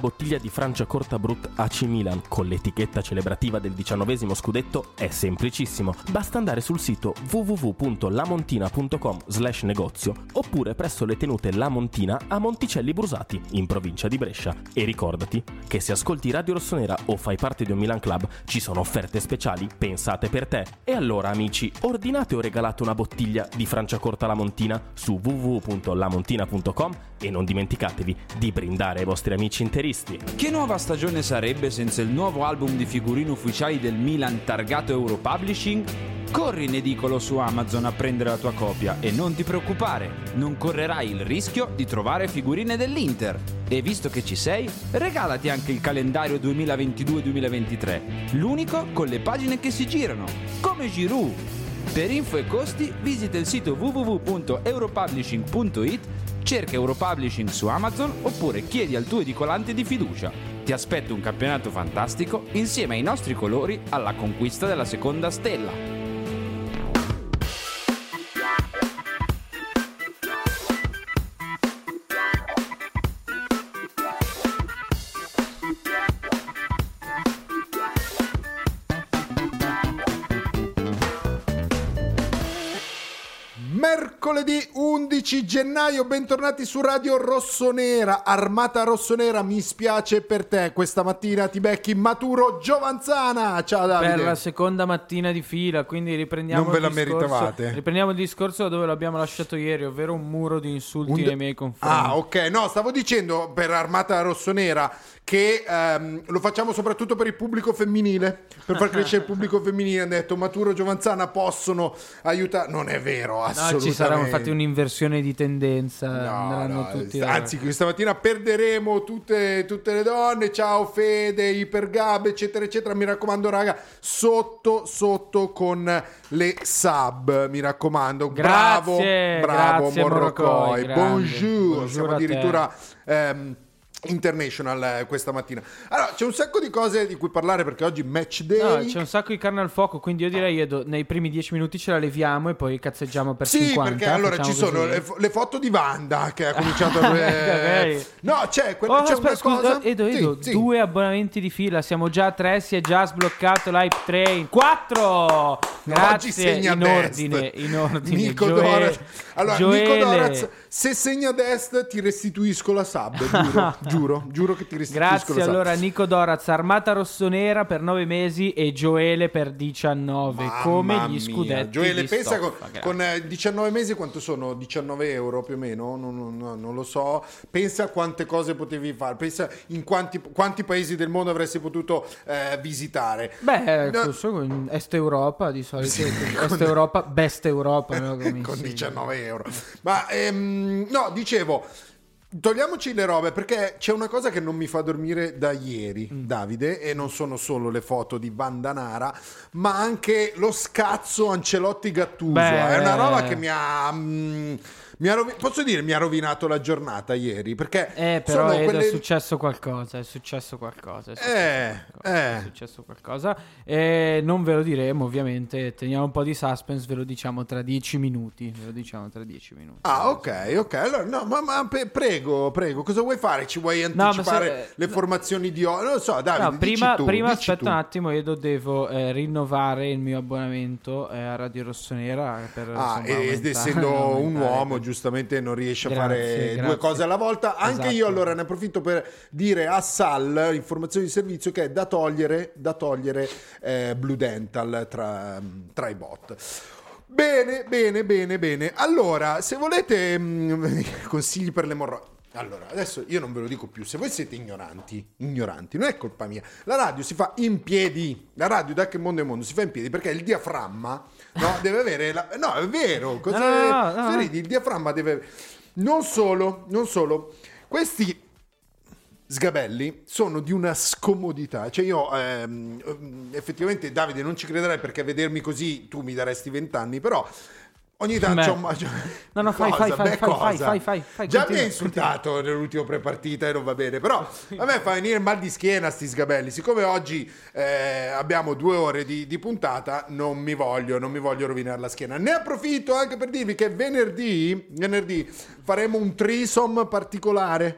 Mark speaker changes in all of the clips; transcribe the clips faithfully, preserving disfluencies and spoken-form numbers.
Speaker 1: Bottiglia di Franciacorta Brut A C Milan con l'etichetta celebrativa del diciannovesimo scudetto è semplicissimo. Basta andare sul sito w w w punto lamontina punto com slash negozio oppure presso le tenute La Montina a Monticelli Brusati, in provincia di Brescia. E ricordati che se ascolti Radio Rossonera o fai parte di un Milan Club ci sono offerte speciali pensate per te. E allora amici, ordinate o regalate una bottiglia di Franciacorta La Montina su w w w punto lamontina punto com e non dimenticatevi di brindare ai vostri amici interisti.
Speaker 2: Che nuova stagione sarebbe senza il nuovo album di figurine ufficiali del Milan targato Europublishing? Corri in edicolo su Amazon a prendere la tua copia e non ti preoccupare, non correrai il rischio di trovare figurine dell'Inter. E visto che ci sei, regalati anche il calendario duemilaventidue duemilaventitré, l'unico con le pagine che si girano, come Giroud. Per info e costi visita il sito w w w punto europublishing punto i t, cerca Europublishing su Amazon oppure chiedi al tuo edicolante di fiducia. Ti aspetta un campionato fantastico insieme ai nostri colori alla conquista della seconda stella.
Speaker 3: Mercoledì undici gennaio, bentornati su Radio Rossonera. Armata Rossonera, mi spiace per te, questa mattina ti becchi Maturo Giovanzana. Ciao Davide.
Speaker 4: Per la seconda mattina di fila, quindi riprendiamo
Speaker 3: non ve
Speaker 4: il
Speaker 3: la
Speaker 4: discorso,
Speaker 3: meritavate.
Speaker 4: Riprendiamo il discorso dove l'abbiamo lasciato ieri, ovvero un muro di insulti
Speaker 3: Un...
Speaker 4: nei miei confronti.
Speaker 3: Ah, ok, no, stavo dicendo per Armata Rossonera che ehm, lo facciamo soprattutto per il pubblico femminile, per far crescere il pubblico femminile. Hanno detto Maturo Giovanzana possono aiutare. Non è vero, assolutamente.
Speaker 4: No, ci sarà infatti un'inversione di tendenza.
Speaker 3: No, no,
Speaker 4: tutti
Speaker 3: anzi, questa mattina perderemo tutte, tutte le donne. Ciao Fede, Ipergab, eccetera, eccetera. Mi raccomando, raga, sotto, sotto con le sub. Mi raccomando,
Speaker 4: grazie,
Speaker 3: bravo,
Speaker 4: grazie,
Speaker 3: bravo Morrocoi.
Speaker 4: Morrocoi,
Speaker 3: Bonjour,
Speaker 4: Bonjour,
Speaker 3: siamo addirittura ehm, international eh, questa mattina. Allora, c'è un sacco di cose di cui parlare perché oggi match day.
Speaker 4: No, c'è un sacco di carne al fuoco, quindi io direi Edo, nei primi dieci minuti ce la leviamo e poi cazzeggiamo per
Speaker 3: sì,
Speaker 4: cinquanta.
Speaker 3: Sì, perché allora ci sono le, le foto di Wanda che ha cominciato a...
Speaker 4: eh...
Speaker 3: No, c'è, quella,
Speaker 4: oh,
Speaker 3: c'è
Speaker 4: aspetta,
Speaker 3: una
Speaker 4: scusa,
Speaker 3: cosa...
Speaker 4: Edo, Edo,
Speaker 3: sì,
Speaker 4: due
Speaker 3: sì.
Speaker 4: abbonamenti di fila, siamo già a tre, si è già sbloccato l'hype train. Quattro! Grazie,
Speaker 3: segna
Speaker 4: in ordine, in ordine.
Speaker 3: Nico
Speaker 4: Gioele,
Speaker 3: Doraz. Allora,
Speaker 4: Gioele.
Speaker 3: Nico Doraz, se segna dest ti restituisco la sub, giuro, giuro, giuro che ti restituisco
Speaker 4: Grazie,
Speaker 3: la sub.
Speaker 4: allora Nico Doraz, Armata Rossonera per nove mesi e Gioele per diciannove,
Speaker 3: Mamma
Speaker 4: come gli
Speaker 3: mia.
Speaker 4: scudetti
Speaker 3: Gioele,
Speaker 4: di
Speaker 3: pensa
Speaker 4: stoffa,
Speaker 3: con, con eh, diciannove mesi quanto sono? diciannove euro più o meno? Non, non, non lo so. Pensa a quante cose potevi fare, pensa in quanti, quanti paesi del mondo avresti potuto eh, visitare.
Speaker 4: Beh,
Speaker 3: no.
Speaker 4: so, Est Europa di solito,
Speaker 3: sì,
Speaker 4: Est
Speaker 3: con...
Speaker 4: Europa, Best Europa, no,
Speaker 3: con diciannove euro. Ma ehm, no, dicevo, togliamoci le robe perché c'è una cosa che non mi fa dormire da ieri, mm. Davide, e non sono solo le foto di Bandanara, ma anche lo scazzo Ancelotti-Gattuso.
Speaker 4: Beh,
Speaker 3: è una roba che mi ha... Mm, mi ha rovi- posso dire mi ha rovinato la giornata ieri perché
Speaker 4: eh però
Speaker 3: sono
Speaker 4: Edo,
Speaker 3: quelle...
Speaker 4: è successo qualcosa è successo qualcosa è successo,
Speaker 3: eh,
Speaker 4: qualcosa,
Speaker 3: eh.
Speaker 4: è successo qualcosa e non ve lo diremo ovviamente, teniamo un po' di suspense, ve lo diciamo tra dieci minuti ve lo diciamo tra dieci minuti.
Speaker 3: Ah, ok, ok, allora no, ma, ma pe- prego, prego, cosa vuoi fare? Ci vuoi anticipare
Speaker 4: no, se,
Speaker 3: le
Speaker 4: no,
Speaker 3: formazioni di oggi? Non lo so, Davide,
Speaker 4: no, prima,
Speaker 3: tu,
Speaker 4: prima aspetta
Speaker 3: tu.
Speaker 4: un attimo, io devo eh, rinnovare il mio abbonamento eh, a Radio Rossonera per,
Speaker 3: ah,
Speaker 4: insomma,
Speaker 3: ed essendo un uomo giustamente non riesce a
Speaker 4: grazie,
Speaker 3: fare
Speaker 4: grazie.
Speaker 3: due cose alla volta. Anche
Speaker 4: esatto.
Speaker 3: io allora ne approfitto per dire a Sal, informazioni di servizio, che è da togliere, da togliere eh, Blue Dental tra, tra i bot. Bene, bene, bene, bene. Allora, se volete mh, consigli per le morroidi. Allora, adesso io non ve lo dico più, se voi siete ignoranti, ignoranti, non è colpa mia. La radio si fa in piedi, la radio da che mondo è mondo si fa in piedi perché il diaframma, no, deve avere la... No, è vero, cosa
Speaker 4: no,
Speaker 3: deve...
Speaker 4: no, no, no.
Speaker 3: ridi? Il diaframma deve... Non solo, non solo, questi sgabelli sono di una scomodità, cioè io ehm, effettivamente Davide non ci crederai perché a vedermi così tu mi daresti vent'anni, però... Ogni tanto c'ho un...
Speaker 4: No, no, fai,
Speaker 3: cosa?
Speaker 4: fai, fai,
Speaker 3: Beh,
Speaker 4: fai,
Speaker 3: cosa?
Speaker 4: fai, fai, fai,
Speaker 3: Già
Speaker 4: continua,
Speaker 3: mi ha insultato nell'ultimo prepartita e non va bene, però a me fa venire mal di schiena sti sgabelli. Siccome oggi eh, abbiamo due ore di, di puntata, non mi voglio, non mi voglio rovinare la schiena. Ne approfitto anche per dirvi che venerdì, venerdì faremo un threesome particolare.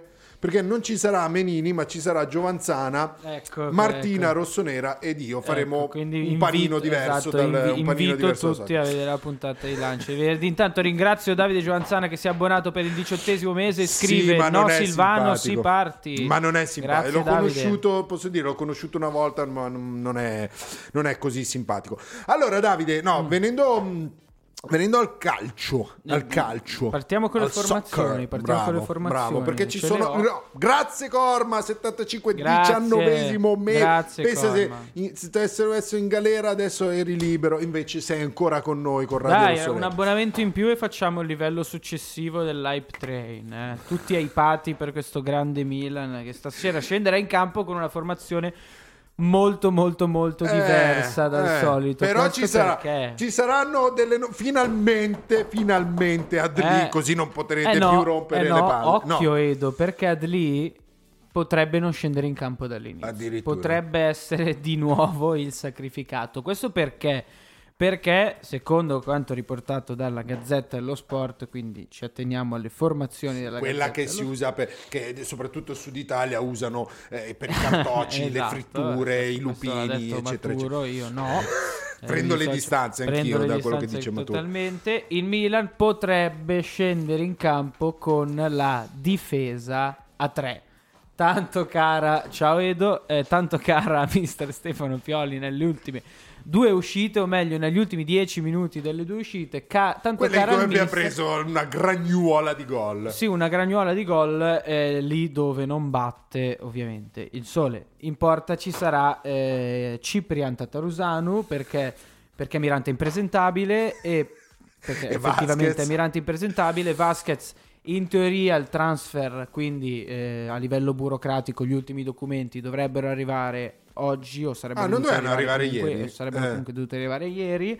Speaker 3: perché non ci sarà Menini, ma ci sarà Giovanzana,
Speaker 4: Ecco,
Speaker 3: Martina
Speaker 4: ecco.
Speaker 3: Rossonera ed io faremo
Speaker 4: Ecco, quindi
Speaker 3: un
Speaker 4: invito-
Speaker 3: panino diverso
Speaker 4: esatto,
Speaker 3: dal,
Speaker 4: invi-
Speaker 3: un panino
Speaker 4: invito
Speaker 3: diverso dal
Speaker 4: tutti
Speaker 3: solito.
Speaker 4: a vedere la puntata di Lancia Verdi. Intanto ringrazio Davide Giovanzana che si è abbonato per il diciottesimo mese. Scrive:
Speaker 3: Sì, ma non
Speaker 4: no,
Speaker 3: è
Speaker 4: Silvano,
Speaker 3: simpatico.
Speaker 4: si parti.
Speaker 3: Ma non è simpatico.
Speaker 4: Grazie,
Speaker 3: L'ho
Speaker 4: Davide.
Speaker 3: conosciuto, posso dire, l'ho conosciuto una volta, ma non non è, non è così simpatico. Allora, Davide, no,
Speaker 4: Mm.
Speaker 3: venendo. mh, Venendo al calcio, al calcio.
Speaker 4: Partiamo con le
Speaker 3: al
Speaker 4: formazioni,
Speaker 3: soccer.
Speaker 4: partiamo con le
Speaker 3: Bravo,
Speaker 4: formazioni.
Speaker 3: Bravo, perché ci
Speaker 4: Ce
Speaker 3: sono.
Speaker 4: le ho.
Speaker 3: no, grazie Corma, settantacinque,
Speaker 4: Grazie,
Speaker 3: diciannovesimo mese.
Speaker 4: grazie,
Speaker 3: Pensa se,
Speaker 4: Corma.
Speaker 3: in- se avessero messo in galera adesso eri libero, invece sei ancora con noi con Radio
Speaker 4: Dai,
Speaker 3: Rossonero.
Speaker 4: un abbonamento in più e facciamo il livello successivo dell'hype train. eh. Tutti hypati per questo grande Milan che stasera scenderà in campo con una formazione molto molto molto diversa
Speaker 3: Eh,
Speaker 4: dal
Speaker 3: eh,
Speaker 4: solito.
Speaker 3: Però
Speaker 4: Questo
Speaker 3: ci, sarà,
Speaker 4: perché?
Speaker 3: ci saranno delle no- finalmente finalmente Adli,
Speaker 4: Eh,
Speaker 3: così non potrete
Speaker 4: eh no,
Speaker 3: più rompere
Speaker 4: eh
Speaker 3: le
Speaker 4: no,
Speaker 3: palle.
Speaker 4: Occhio
Speaker 3: No.
Speaker 4: Edo, perché Adli potrebbe non scendere in campo dall'inizio.
Speaker 3: Addirittura.
Speaker 4: Potrebbe essere di nuovo il sacrificato. Questo perché? Perché, secondo quanto riportato dalla Gazzetta dello Sport, quindi ci atteniamo alle formazioni della
Speaker 3: Quella
Speaker 4: Gazzetta
Speaker 3: che
Speaker 4: dello
Speaker 3: si usa per, che soprattutto il Sud Italia usano eh, per i cartocci, le
Speaker 4: Esatto,
Speaker 3: fritture,
Speaker 4: eh,
Speaker 3: i
Speaker 4: questo l'ha
Speaker 3: lupini,
Speaker 4: detto
Speaker 3: eccetera,
Speaker 4: Maturo,
Speaker 3: eccetera.
Speaker 4: io no.
Speaker 3: Prendo
Speaker 4: Eh,
Speaker 3: le
Speaker 4: mi
Speaker 3: distanze
Speaker 4: prendo
Speaker 3: anch'io
Speaker 4: le
Speaker 3: da quello che
Speaker 4: distanze
Speaker 3: dice Maturo.
Speaker 4: totalmente. Il Milan potrebbe scendere in campo con la difesa a tre. Tanto cara, ciao Edo, eh, tanto cara a mister Stefano Pioli nelle ultime due uscite, o meglio negli ultimi dieci minuti delle due uscite, ca- tanto
Speaker 3: Quella in
Speaker 4: cara
Speaker 3: cui
Speaker 4: al
Speaker 3: abbia
Speaker 4: mister-
Speaker 3: preso una gragnuola di gol.
Speaker 4: Sì, una gragnuola di gol eh, lì dove non batte ovviamente il sole. In porta ci sarà eh, Ciprian Tatarusanu perché, perché Mirante è impresentabile e perché
Speaker 3: E
Speaker 4: effettivamente
Speaker 3: Vasquez.
Speaker 4: è Mirante impresentabile. Vasquez in teoria il transfer, quindi eh, a livello burocratico gli ultimi documenti dovrebbero arrivare oggi o sarebbero
Speaker 3: Ah, non
Speaker 4: dovuti
Speaker 3: dovevano arrivare
Speaker 4: comunque-
Speaker 3: ieri?
Speaker 4: sarebbero
Speaker 3: Eh.
Speaker 4: comunque dovuti arrivare ieri.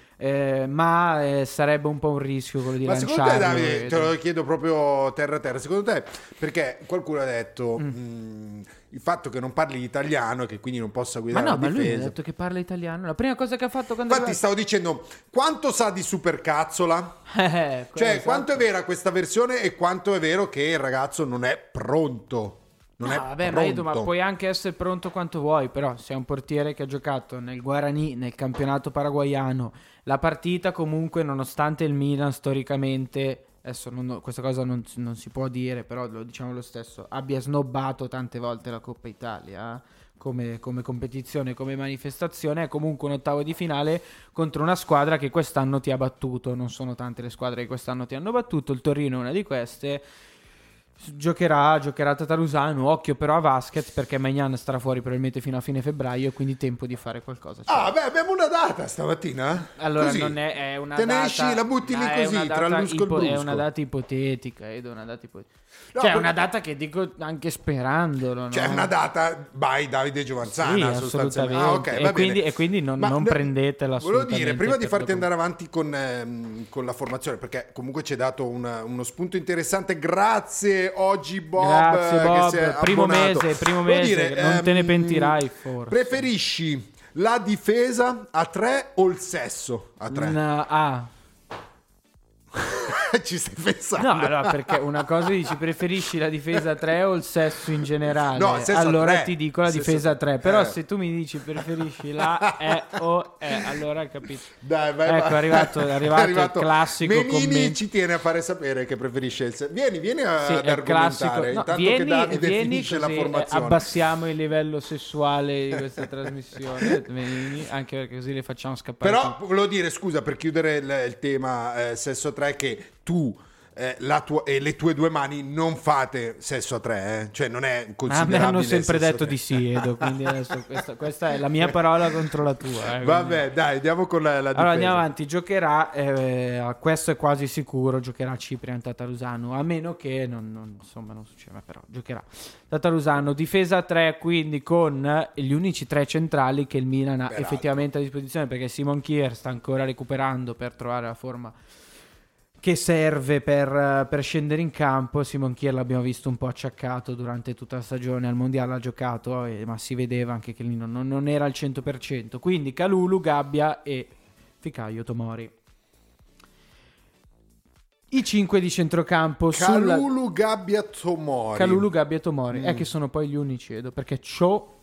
Speaker 4: Eh, ma eh, sarebbe un po' un rischio quello di
Speaker 3: Ma secondo te,
Speaker 4: lanciarlo.
Speaker 3: Davide, te
Speaker 4: Edo.
Speaker 3: lo chiedo proprio terra a terra, secondo te, perché qualcuno ha detto
Speaker 4: Mm.
Speaker 3: mh, il fatto che non parli italiano e che quindi non possa
Speaker 4: Ma
Speaker 3: guidare
Speaker 4: no,
Speaker 3: la
Speaker 4: ma lui mi ha
Speaker 3: difesa.
Speaker 4: detto che parla italiano. La prima cosa che ha fatto quando
Speaker 3: Infatti stavo dicendo, quanto sa di supercazzola?
Speaker 4: Eh,
Speaker 3: Cioè,
Speaker 4: esatto.
Speaker 3: quanto è vera questa versione e quanto è vero che il ragazzo non è pronto? Non
Speaker 4: No,
Speaker 3: è
Speaker 4: vabbè,
Speaker 3: pronto.
Speaker 4: ma Edo, ma puoi anche essere pronto quanto vuoi, però sei un portiere che ha giocato nel Guarani, nel campionato paraguayano. La partita comunque, nonostante il Milan storicamente, adesso non- questa cosa non, non si può dire, però lo diciamo lo stesso, abbia snobbato tante volte la Coppa Italia eh, come, come competizione, come manifestazione, è comunque un ottavo di finale contro una squadra che quest'anno ti ha battuto. Non sono tante le squadre che quest'anno ti hanno battuto, il Torino è una di queste. Giocherà, giocherà Tatarusanu, occhio però a Vasquez perché Maignan starà fuori probabilmente fino a fine febbraio e quindi tempo di fare qualcosa. Cioè,
Speaker 3: Ah, beh, abbiamo una data stamattina?
Speaker 4: allora
Speaker 3: Così.
Speaker 4: non è, è una
Speaker 3: Te ne
Speaker 4: data,
Speaker 3: esci, la butti lì
Speaker 4: ma è
Speaker 3: così,
Speaker 4: una
Speaker 3: tra il
Speaker 4: data
Speaker 3: lusco e il
Speaker 4: ipo- È
Speaker 3: brusco.
Speaker 4: una data ipotetica, Edo, una data ipotetica.
Speaker 3: No,
Speaker 4: cioè è
Speaker 3: per-
Speaker 4: una data che dico anche sperandolo,
Speaker 3: Cioè,
Speaker 4: no?
Speaker 3: una data by Davide Giovanzana,
Speaker 4: Sì,
Speaker 3: sostanzialmente.
Speaker 4: assolutamente.
Speaker 3: Ah, ok,
Speaker 4: E
Speaker 3: va
Speaker 4: quindi-
Speaker 3: bene.
Speaker 4: e quindi non-
Speaker 3: Ma
Speaker 4: non
Speaker 3: ne-
Speaker 4: prendetela
Speaker 3: Volevo dire,
Speaker 4: assolutamente
Speaker 3: prima di
Speaker 4: per
Speaker 3: farti
Speaker 4: dopo-
Speaker 3: andare avanti con, ehm, con la formazione, perché comunque ci hai dato una- uno spunto interessante. Grazie oggi Bob.
Speaker 4: Grazie,
Speaker 3: eh,
Speaker 4: Bob.
Speaker 3: che si è
Speaker 4: Primo
Speaker 3: abbonato.
Speaker 4: mese, primo
Speaker 3: Volevo
Speaker 4: mese,
Speaker 3: dire,
Speaker 4: non te ne
Speaker 3: ehm,
Speaker 4: pentirai, forse.
Speaker 3: Preferisci la difesa a tre o il sesso a tre?
Speaker 4: Una- ah.
Speaker 3: Ci stai pensando?
Speaker 4: No, allora, perché una cosa dici preferisci la difesa a tre o il sesso in generale?
Speaker 3: No, il sesso a
Speaker 4: allora
Speaker 3: tre.
Speaker 4: ti dico la
Speaker 3: Sesso-
Speaker 4: difesa a tre. Però
Speaker 3: eh.
Speaker 4: se tu mi dici preferisci la E o E, allora hai capito.
Speaker 3: Dai, vai,
Speaker 4: Ecco,
Speaker 3: vai.
Speaker 4: è arrivato, è arrivato il classico
Speaker 3: Menini
Speaker 4: commento.
Speaker 3: ci tiene a fare sapere che preferisce il sesso. Vieni, vieni a,
Speaker 4: Sì,
Speaker 3: ad
Speaker 4: è il classico.
Speaker 3: argomentare.
Speaker 4: No,
Speaker 3: Intanto
Speaker 4: vieni,
Speaker 3: che Davide
Speaker 4: vieni
Speaker 3: finisce la
Speaker 4: così, eh,
Speaker 3: formazione.
Speaker 4: abbassiamo il livello sessuale di questa trasmissione. Venini, anche perché così le facciamo scappare.
Speaker 3: Però volevo dire, scusa, per chiudere il, il tema eh, sesso a tre, che tu eh, la tua, e le tue due mani non fate sesso a tre, eh? Cioè non è
Speaker 4: Ma a me
Speaker 3: considerabile.
Speaker 4: hanno sempre
Speaker 3: sesso a
Speaker 4: detto
Speaker 3: tre.
Speaker 4: di sì, Edo, quindi adesso questa, questa è la mia parola contro la tua. eh, quindi-
Speaker 3: Vabbè, dai, andiamo con la, la difesa.
Speaker 4: Allora andiamo avanti, giocherà, eh, questo è quasi sicuro, giocherà Ciprian Tatarusanu, a meno che non, non- insomma non succeda, però giocherà Tatarusanu, difesa a tre, quindi con gli unici tre centrali che il Milan ha
Speaker 3: Peraltro.
Speaker 4: effettivamente a disposizione, perché Simon Kjær sta ancora recuperando per trovare la forma che serve per, per scendere in campo. Simon Kjær l'abbiamo visto un po' acciaccato durante tutta la stagione, al mondiale ha giocato, eh, ma si vedeva anche che lì non, non era al cento per cento, quindi Kalulu, Gabbia e Fikayo Tomori. I cinque di centrocampo
Speaker 3: Kalulu,
Speaker 4: sulla...
Speaker 3: Gabbia, Tomori.
Speaker 4: Calulu, Gabbia e Tomori.
Speaker 3: Mm.
Speaker 4: È che sono poi gli unici, Edo, perché Cho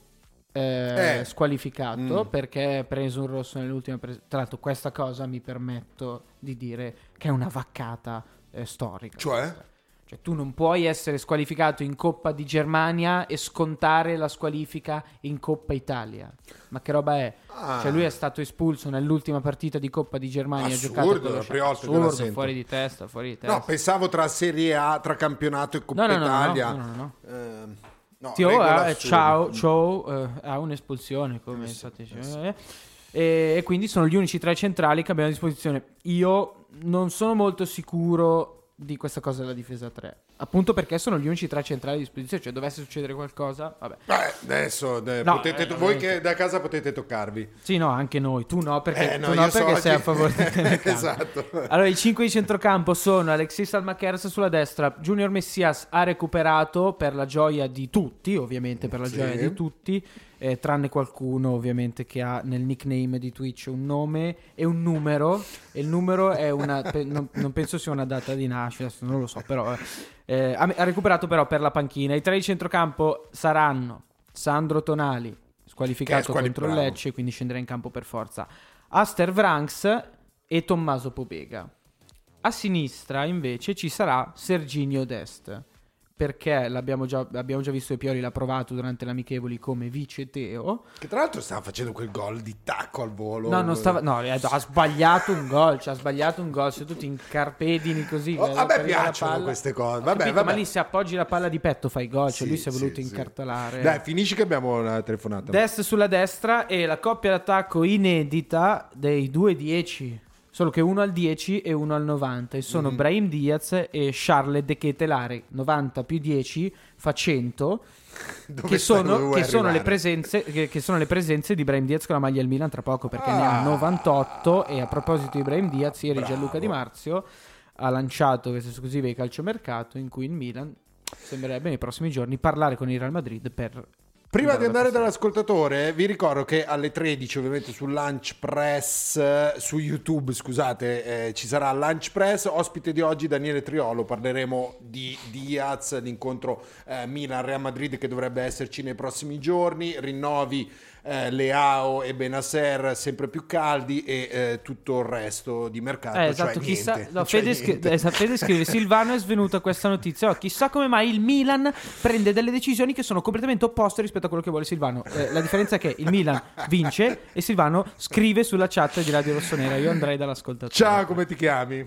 Speaker 4: eh,
Speaker 3: Eh.
Speaker 4: squalificato
Speaker 3: Mm.
Speaker 4: perché ha preso un rosso nell'ultima pres- tra l'altro questa cosa mi permetto di dire che è una vaccata eh, storica.
Speaker 3: Cioè?
Speaker 4: Cioè tu non puoi essere squalificato in Coppa di Germania e scontare la squalifica in Coppa Italia. Ma che roba è?
Speaker 3: Ah.
Speaker 4: Cioè lui è stato espulso nell'ultima partita di Coppa di Germania.
Speaker 3: Assurdo,
Speaker 4: ha giocato con
Speaker 3: la
Speaker 4: lo
Speaker 3: prima volta che la
Speaker 4: assurdo,
Speaker 3: sento.
Speaker 4: fuori di testa, fuori di testa.
Speaker 3: No, pensavo tra Serie A, tra campionato e Coppa
Speaker 4: No, no, no,
Speaker 3: Italia.
Speaker 4: no, no, no, no.
Speaker 3: Ehm, no,
Speaker 4: Tio
Speaker 3: regola
Speaker 4: ha,
Speaker 3: assurda.
Speaker 4: ciao, ciao, eh, ha un'espulsione come
Speaker 3: Eh sì,
Speaker 4: state
Speaker 3: eh
Speaker 4: dicendo, eh. e, e quindi sono gli unici tre centrali che abbiamo a disposizione. Io non sono molto sicuro di questa cosa della difesa tre, appunto perché sono gli unici tre centrali a disposizione, cioè dovesse succedere qualcosa, vabbè.
Speaker 3: Beh, adesso eh,
Speaker 4: No,
Speaker 3: potete,
Speaker 4: eh,
Speaker 3: voi
Speaker 4: ovviamente.
Speaker 3: che da casa potete toccarvi.
Speaker 4: Sì, no, anche noi, tu no perché,
Speaker 3: Eh, no,
Speaker 4: tu no
Speaker 3: io
Speaker 4: perché
Speaker 3: so
Speaker 4: sei
Speaker 3: oggi-
Speaker 4: a favore di telecamere.
Speaker 3: Esatto.
Speaker 4: Allora, i cinque di centrocampo sono Alexis Almaquerz sulla destra, Junior Messias ha recuperato per la gioia di tutti, ovviamente per la
Speaker 3: Sì.
Speaker 4: gioia di tutti, eh, tranne qualcuno ovviamente che ha nel nickname di Twitch un nome e un numero, e il numero è una, pe- non, non penso sia una data di nascita, non lo so, però eh, ha, ha recuperato però per la panchina. I tre di centrocampo saranno Sandro Tonali, squalificato
Speaker 3: Che è squali-
Speaker 4: contro il
Speaker 3: bravo.
Speaker 4: Lecce, quindi scenderà in campo per forza, Aster Vranks e Tommaso Pobega. A sinistra invece ci sarà Serginio Dest, perché l'abbiamo già, abbiamo già visto che Pioli l'ha provato durante l'amichevoli come vice Teo.
Speaker 3: Che tra l'altro stava facendo quel gol di tacco al volo.
Speaker 4: No, non stava, no, eh, ha sbagliato un gol, cioè ha sbagliato un gol, sei tutti incarpedini così.
Speaker 3: Oh,
Speaker 4: eh,
Speaker 3: a me
Speaker 4: per arrivare alla
Speaker 3: piacciono
Speaker 4: palla.
Speaker 3: queste cose.
Speaker 4: Ho
Speaker 3: Vabbè,
Speaker 4: capito,
Speaker 3: vabbè.
Speaker 4: ma lì se appoggi la palla di petto fai gol, cioè
Speaker 3: Sì,
Speaker 4: lui si è
Speaker 3: sì,
Speaker 4: voluto
Speaker 3: sì.
Speaker 4: incartolare.
Speaker 3: Dai, finisci che abbiamo una telefonata.
Speaker 4: Dest sulla destra e la coppia d'attacco inedita dei due dieci, solo che uno al dieci e uno al novanta, e sono
Speaker 3: Mhm.
Speaker 4: Brahim Diaz e Charles De Ketelare. novanta più dieci fa cento,
Speaker 3: Dove
Speaker 4: che
Speaker 3: stanno
Speaker 4: sono,
Speaker 3: dove
Speaker 4: che, sono le
Speaker 3: arrivare?
Speaker 4: presenze, che, che sono le presenze di Brahim Diaz con la maglia del Milan tra poco, perché ne ha
Speaker 3: Ah.
Speaker 4: novantotto. E a proposito di Brahim Diaz, ieri
Speaker 3: Bravo.
Speaker 4: Gianluca Di Marzio ha lanciato questa esclusiva di calciomercato in cui il Milan sembrerebbe nei prossimi giorni parlare con il Real Madrid per...
Speaker 3: Prima di andare
Speaker 4: dalla
Speaker 3: dall'ascoltatore, vi ricordo che alle tredici, ovviamente su Lunch Press, eh, su YouTube, scusate, eh, ci sarà Lunch Press. Ospite di oggi Daniele Triolo. Parleremo di Diaz, l'incontro eh, Milan-Real Madrid che dovrebbe esserci nei prossimi giorni. Rinnovi eh, Leao e Benasser sempre più caldi e eh, tutto il resto di mercato.
Speaker 4: Eh, esatto,
Speaker 3: cioè
Speaker 4: chissà,
Speaker 3: niente,
Speaker 4: no,
Speaker 3: cioè
Speaker 4: Fede, scri-
Speaker 3: niente.
Speaker 4: esatto, Fede scrive: Silvano è svenuta questa notizia. Oh, chissà come mai il Milan prende delle decisioni che sono completamente opposte rispetto a quello che vuole Silvano. Eh, la differenza è che il Milan vince e Silvano scrive sulla chat di Radio Rossonera. Io andrei dall'ascoltatore.
Speaker 3: Ciao, come ti chiami?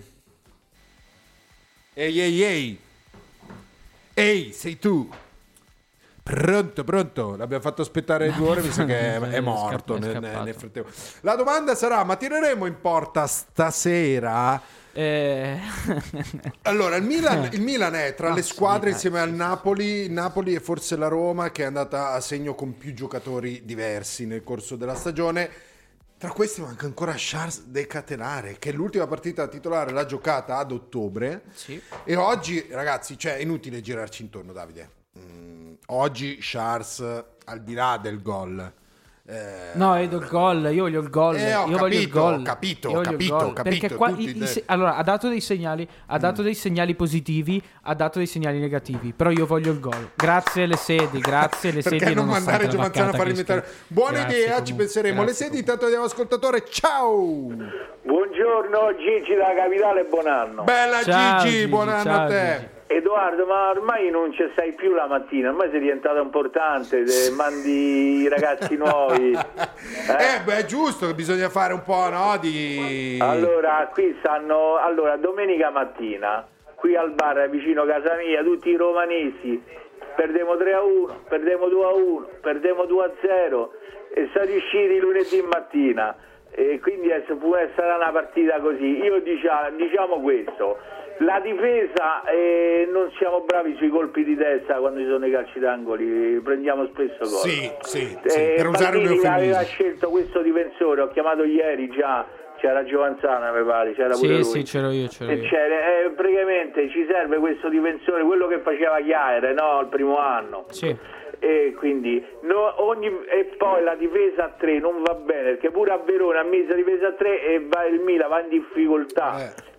Speaker 3: Ehi, ehi, ehi. Ehi, sei tu. Pronto, pronto. L'abbiamo fatto aspettare due ore, mi sa che è, è
Speaker 4: È
Speaker 3: morto
Speaker 4: scappato, è
Speaker 3: nel,
Speaker 4: scappato.
Speaker 3: nel frattempo. La domanda sarà, ma tireremo in porta stasera?
Speaker 4: Eh...
Speaker 3: Allora, il Milan, il Milan è tra
Speaker 4: No,
Speaker 3: le
Speaker 4: sì,
Speaker 3: squadre
Speaker 4: dai,
Speaker 3: insieme
Speaker 4: sì,
Speaker 3: al
Speaker 4: sì.
Speaker 3: Napoli, il Napoli e forse la Roma, che è andata a segno con più giocatori diversi nel corso della stagione. Tra questi manca ancora Charles De Ketelare, che l'ultima partita titolare l'ha giocata ad ottobre.
Speaker 4: Sì.
Speaker 3: E oggi, ragazzi, cioè è inutile girarci intorno, Davide. Mm, oggi Charles, al di là del gol, eh,
Speaker 4: No, Edo, il gol. Io voglio il gol.
Speaker 3: Eh, ho
Speaker 4: Io voglio il
Speaker 3: capito,
Speaker 4: gol.
Speaker 3: ho capito,
Speaker 4: Io voglio il
Speaker 3: capito,
Speaker 4: gol.
Speaker 3: capito,
Speaker 4: Perché qua
Speaker 3: tutti
Speaker 4: i- i
Speaker 3: de-
Speaker 4: se- allora ha dato dei segnali, ha dato dei segnali positivi, ha dato dei segnali negativi. Però io voglio il gol. Grazie alle sedi, grazie alle sedi.
Speaker 3: perché non
Speaker 4: nonostante
Speaker 3: mandare
Speaker 4: la
Speaker 3: Giovanzano a
Speaker 4: vaccata
Speaker 3: farli
Speaker 4: che
Speaker 3: mettere?
Speaker 4: scrive.
Speaker 3: Buona
Speaker 4: Grazie,
Speaker 3: idea,
Speaker 4: comunque,
Speaker 3: ci penseremo. Le
Speaker 4: grazie
Speaker 3: sedi,
Speaker 4: comunque.
Speaker 3: intanto andiamo ascoltatore. Ciao!
Speaker 5: Buongiorno Gigi dalla capitale, buon anno.
Speaker 3: Bella
Speaker 4: Ciao,
Speaker 3: Gigi,
Speaker 4: Gigi,
Speaker 3: buon anno
Speaker 4: ciao,
Speaker 3: a te.
Speaker 4: Gigi.
Speaker 5: Edoardo, ma ormai non ci sei più la mattina, ormai sei diventato importante, te- mandi i ragazzi nuovi.
Speaker 3: Eh, beh, è giusto che bisogna fare un po', no, di...
Speaker 5: Allora, qui stanno, allora, domenica mattina, qui al bar vicino a casa mia, tutti i romanesi, perdemo tre a uno, perdemo due a uno, perdemo due a zero e siamo riusciti lunedì mattina. E quindi adesso può essere una partita così. Io diciamo, diciamo questo, la difesa eh, non siamo bravi sui colpi di testa quando ci sono i calci d'angoli, prendiamo spesso gol.
Speaker 3: Sì, sì, sì,
Speaker 5: Eh,
Speaker 3: per usare un
Speaker 5: Maldini aveva
Speaker 3: eufemismo.
Speaker 5: scelto questo difensore, ho chiamato ieri già, c'era Giovanzana mi pare, c'era pure
Speaker 4: Sì,
Speaker 5: lui.
Speaker 4: sì, c'ero io, c'ero
Speaker 5: E
Speaker 4: io.
Speaker 5: c'era, eh, praticamente ci serve questo difensore, quello che faceva Chiaere, no, il primo anno.
Speaker 4: Sì.
Speaker 5: E quindi no, ogni, e poi la difesa a tre non va bene, perché pure a Verona ha messo la difesa a tre e va, il Milan va in difficoltà.
Speaker 3: Eh.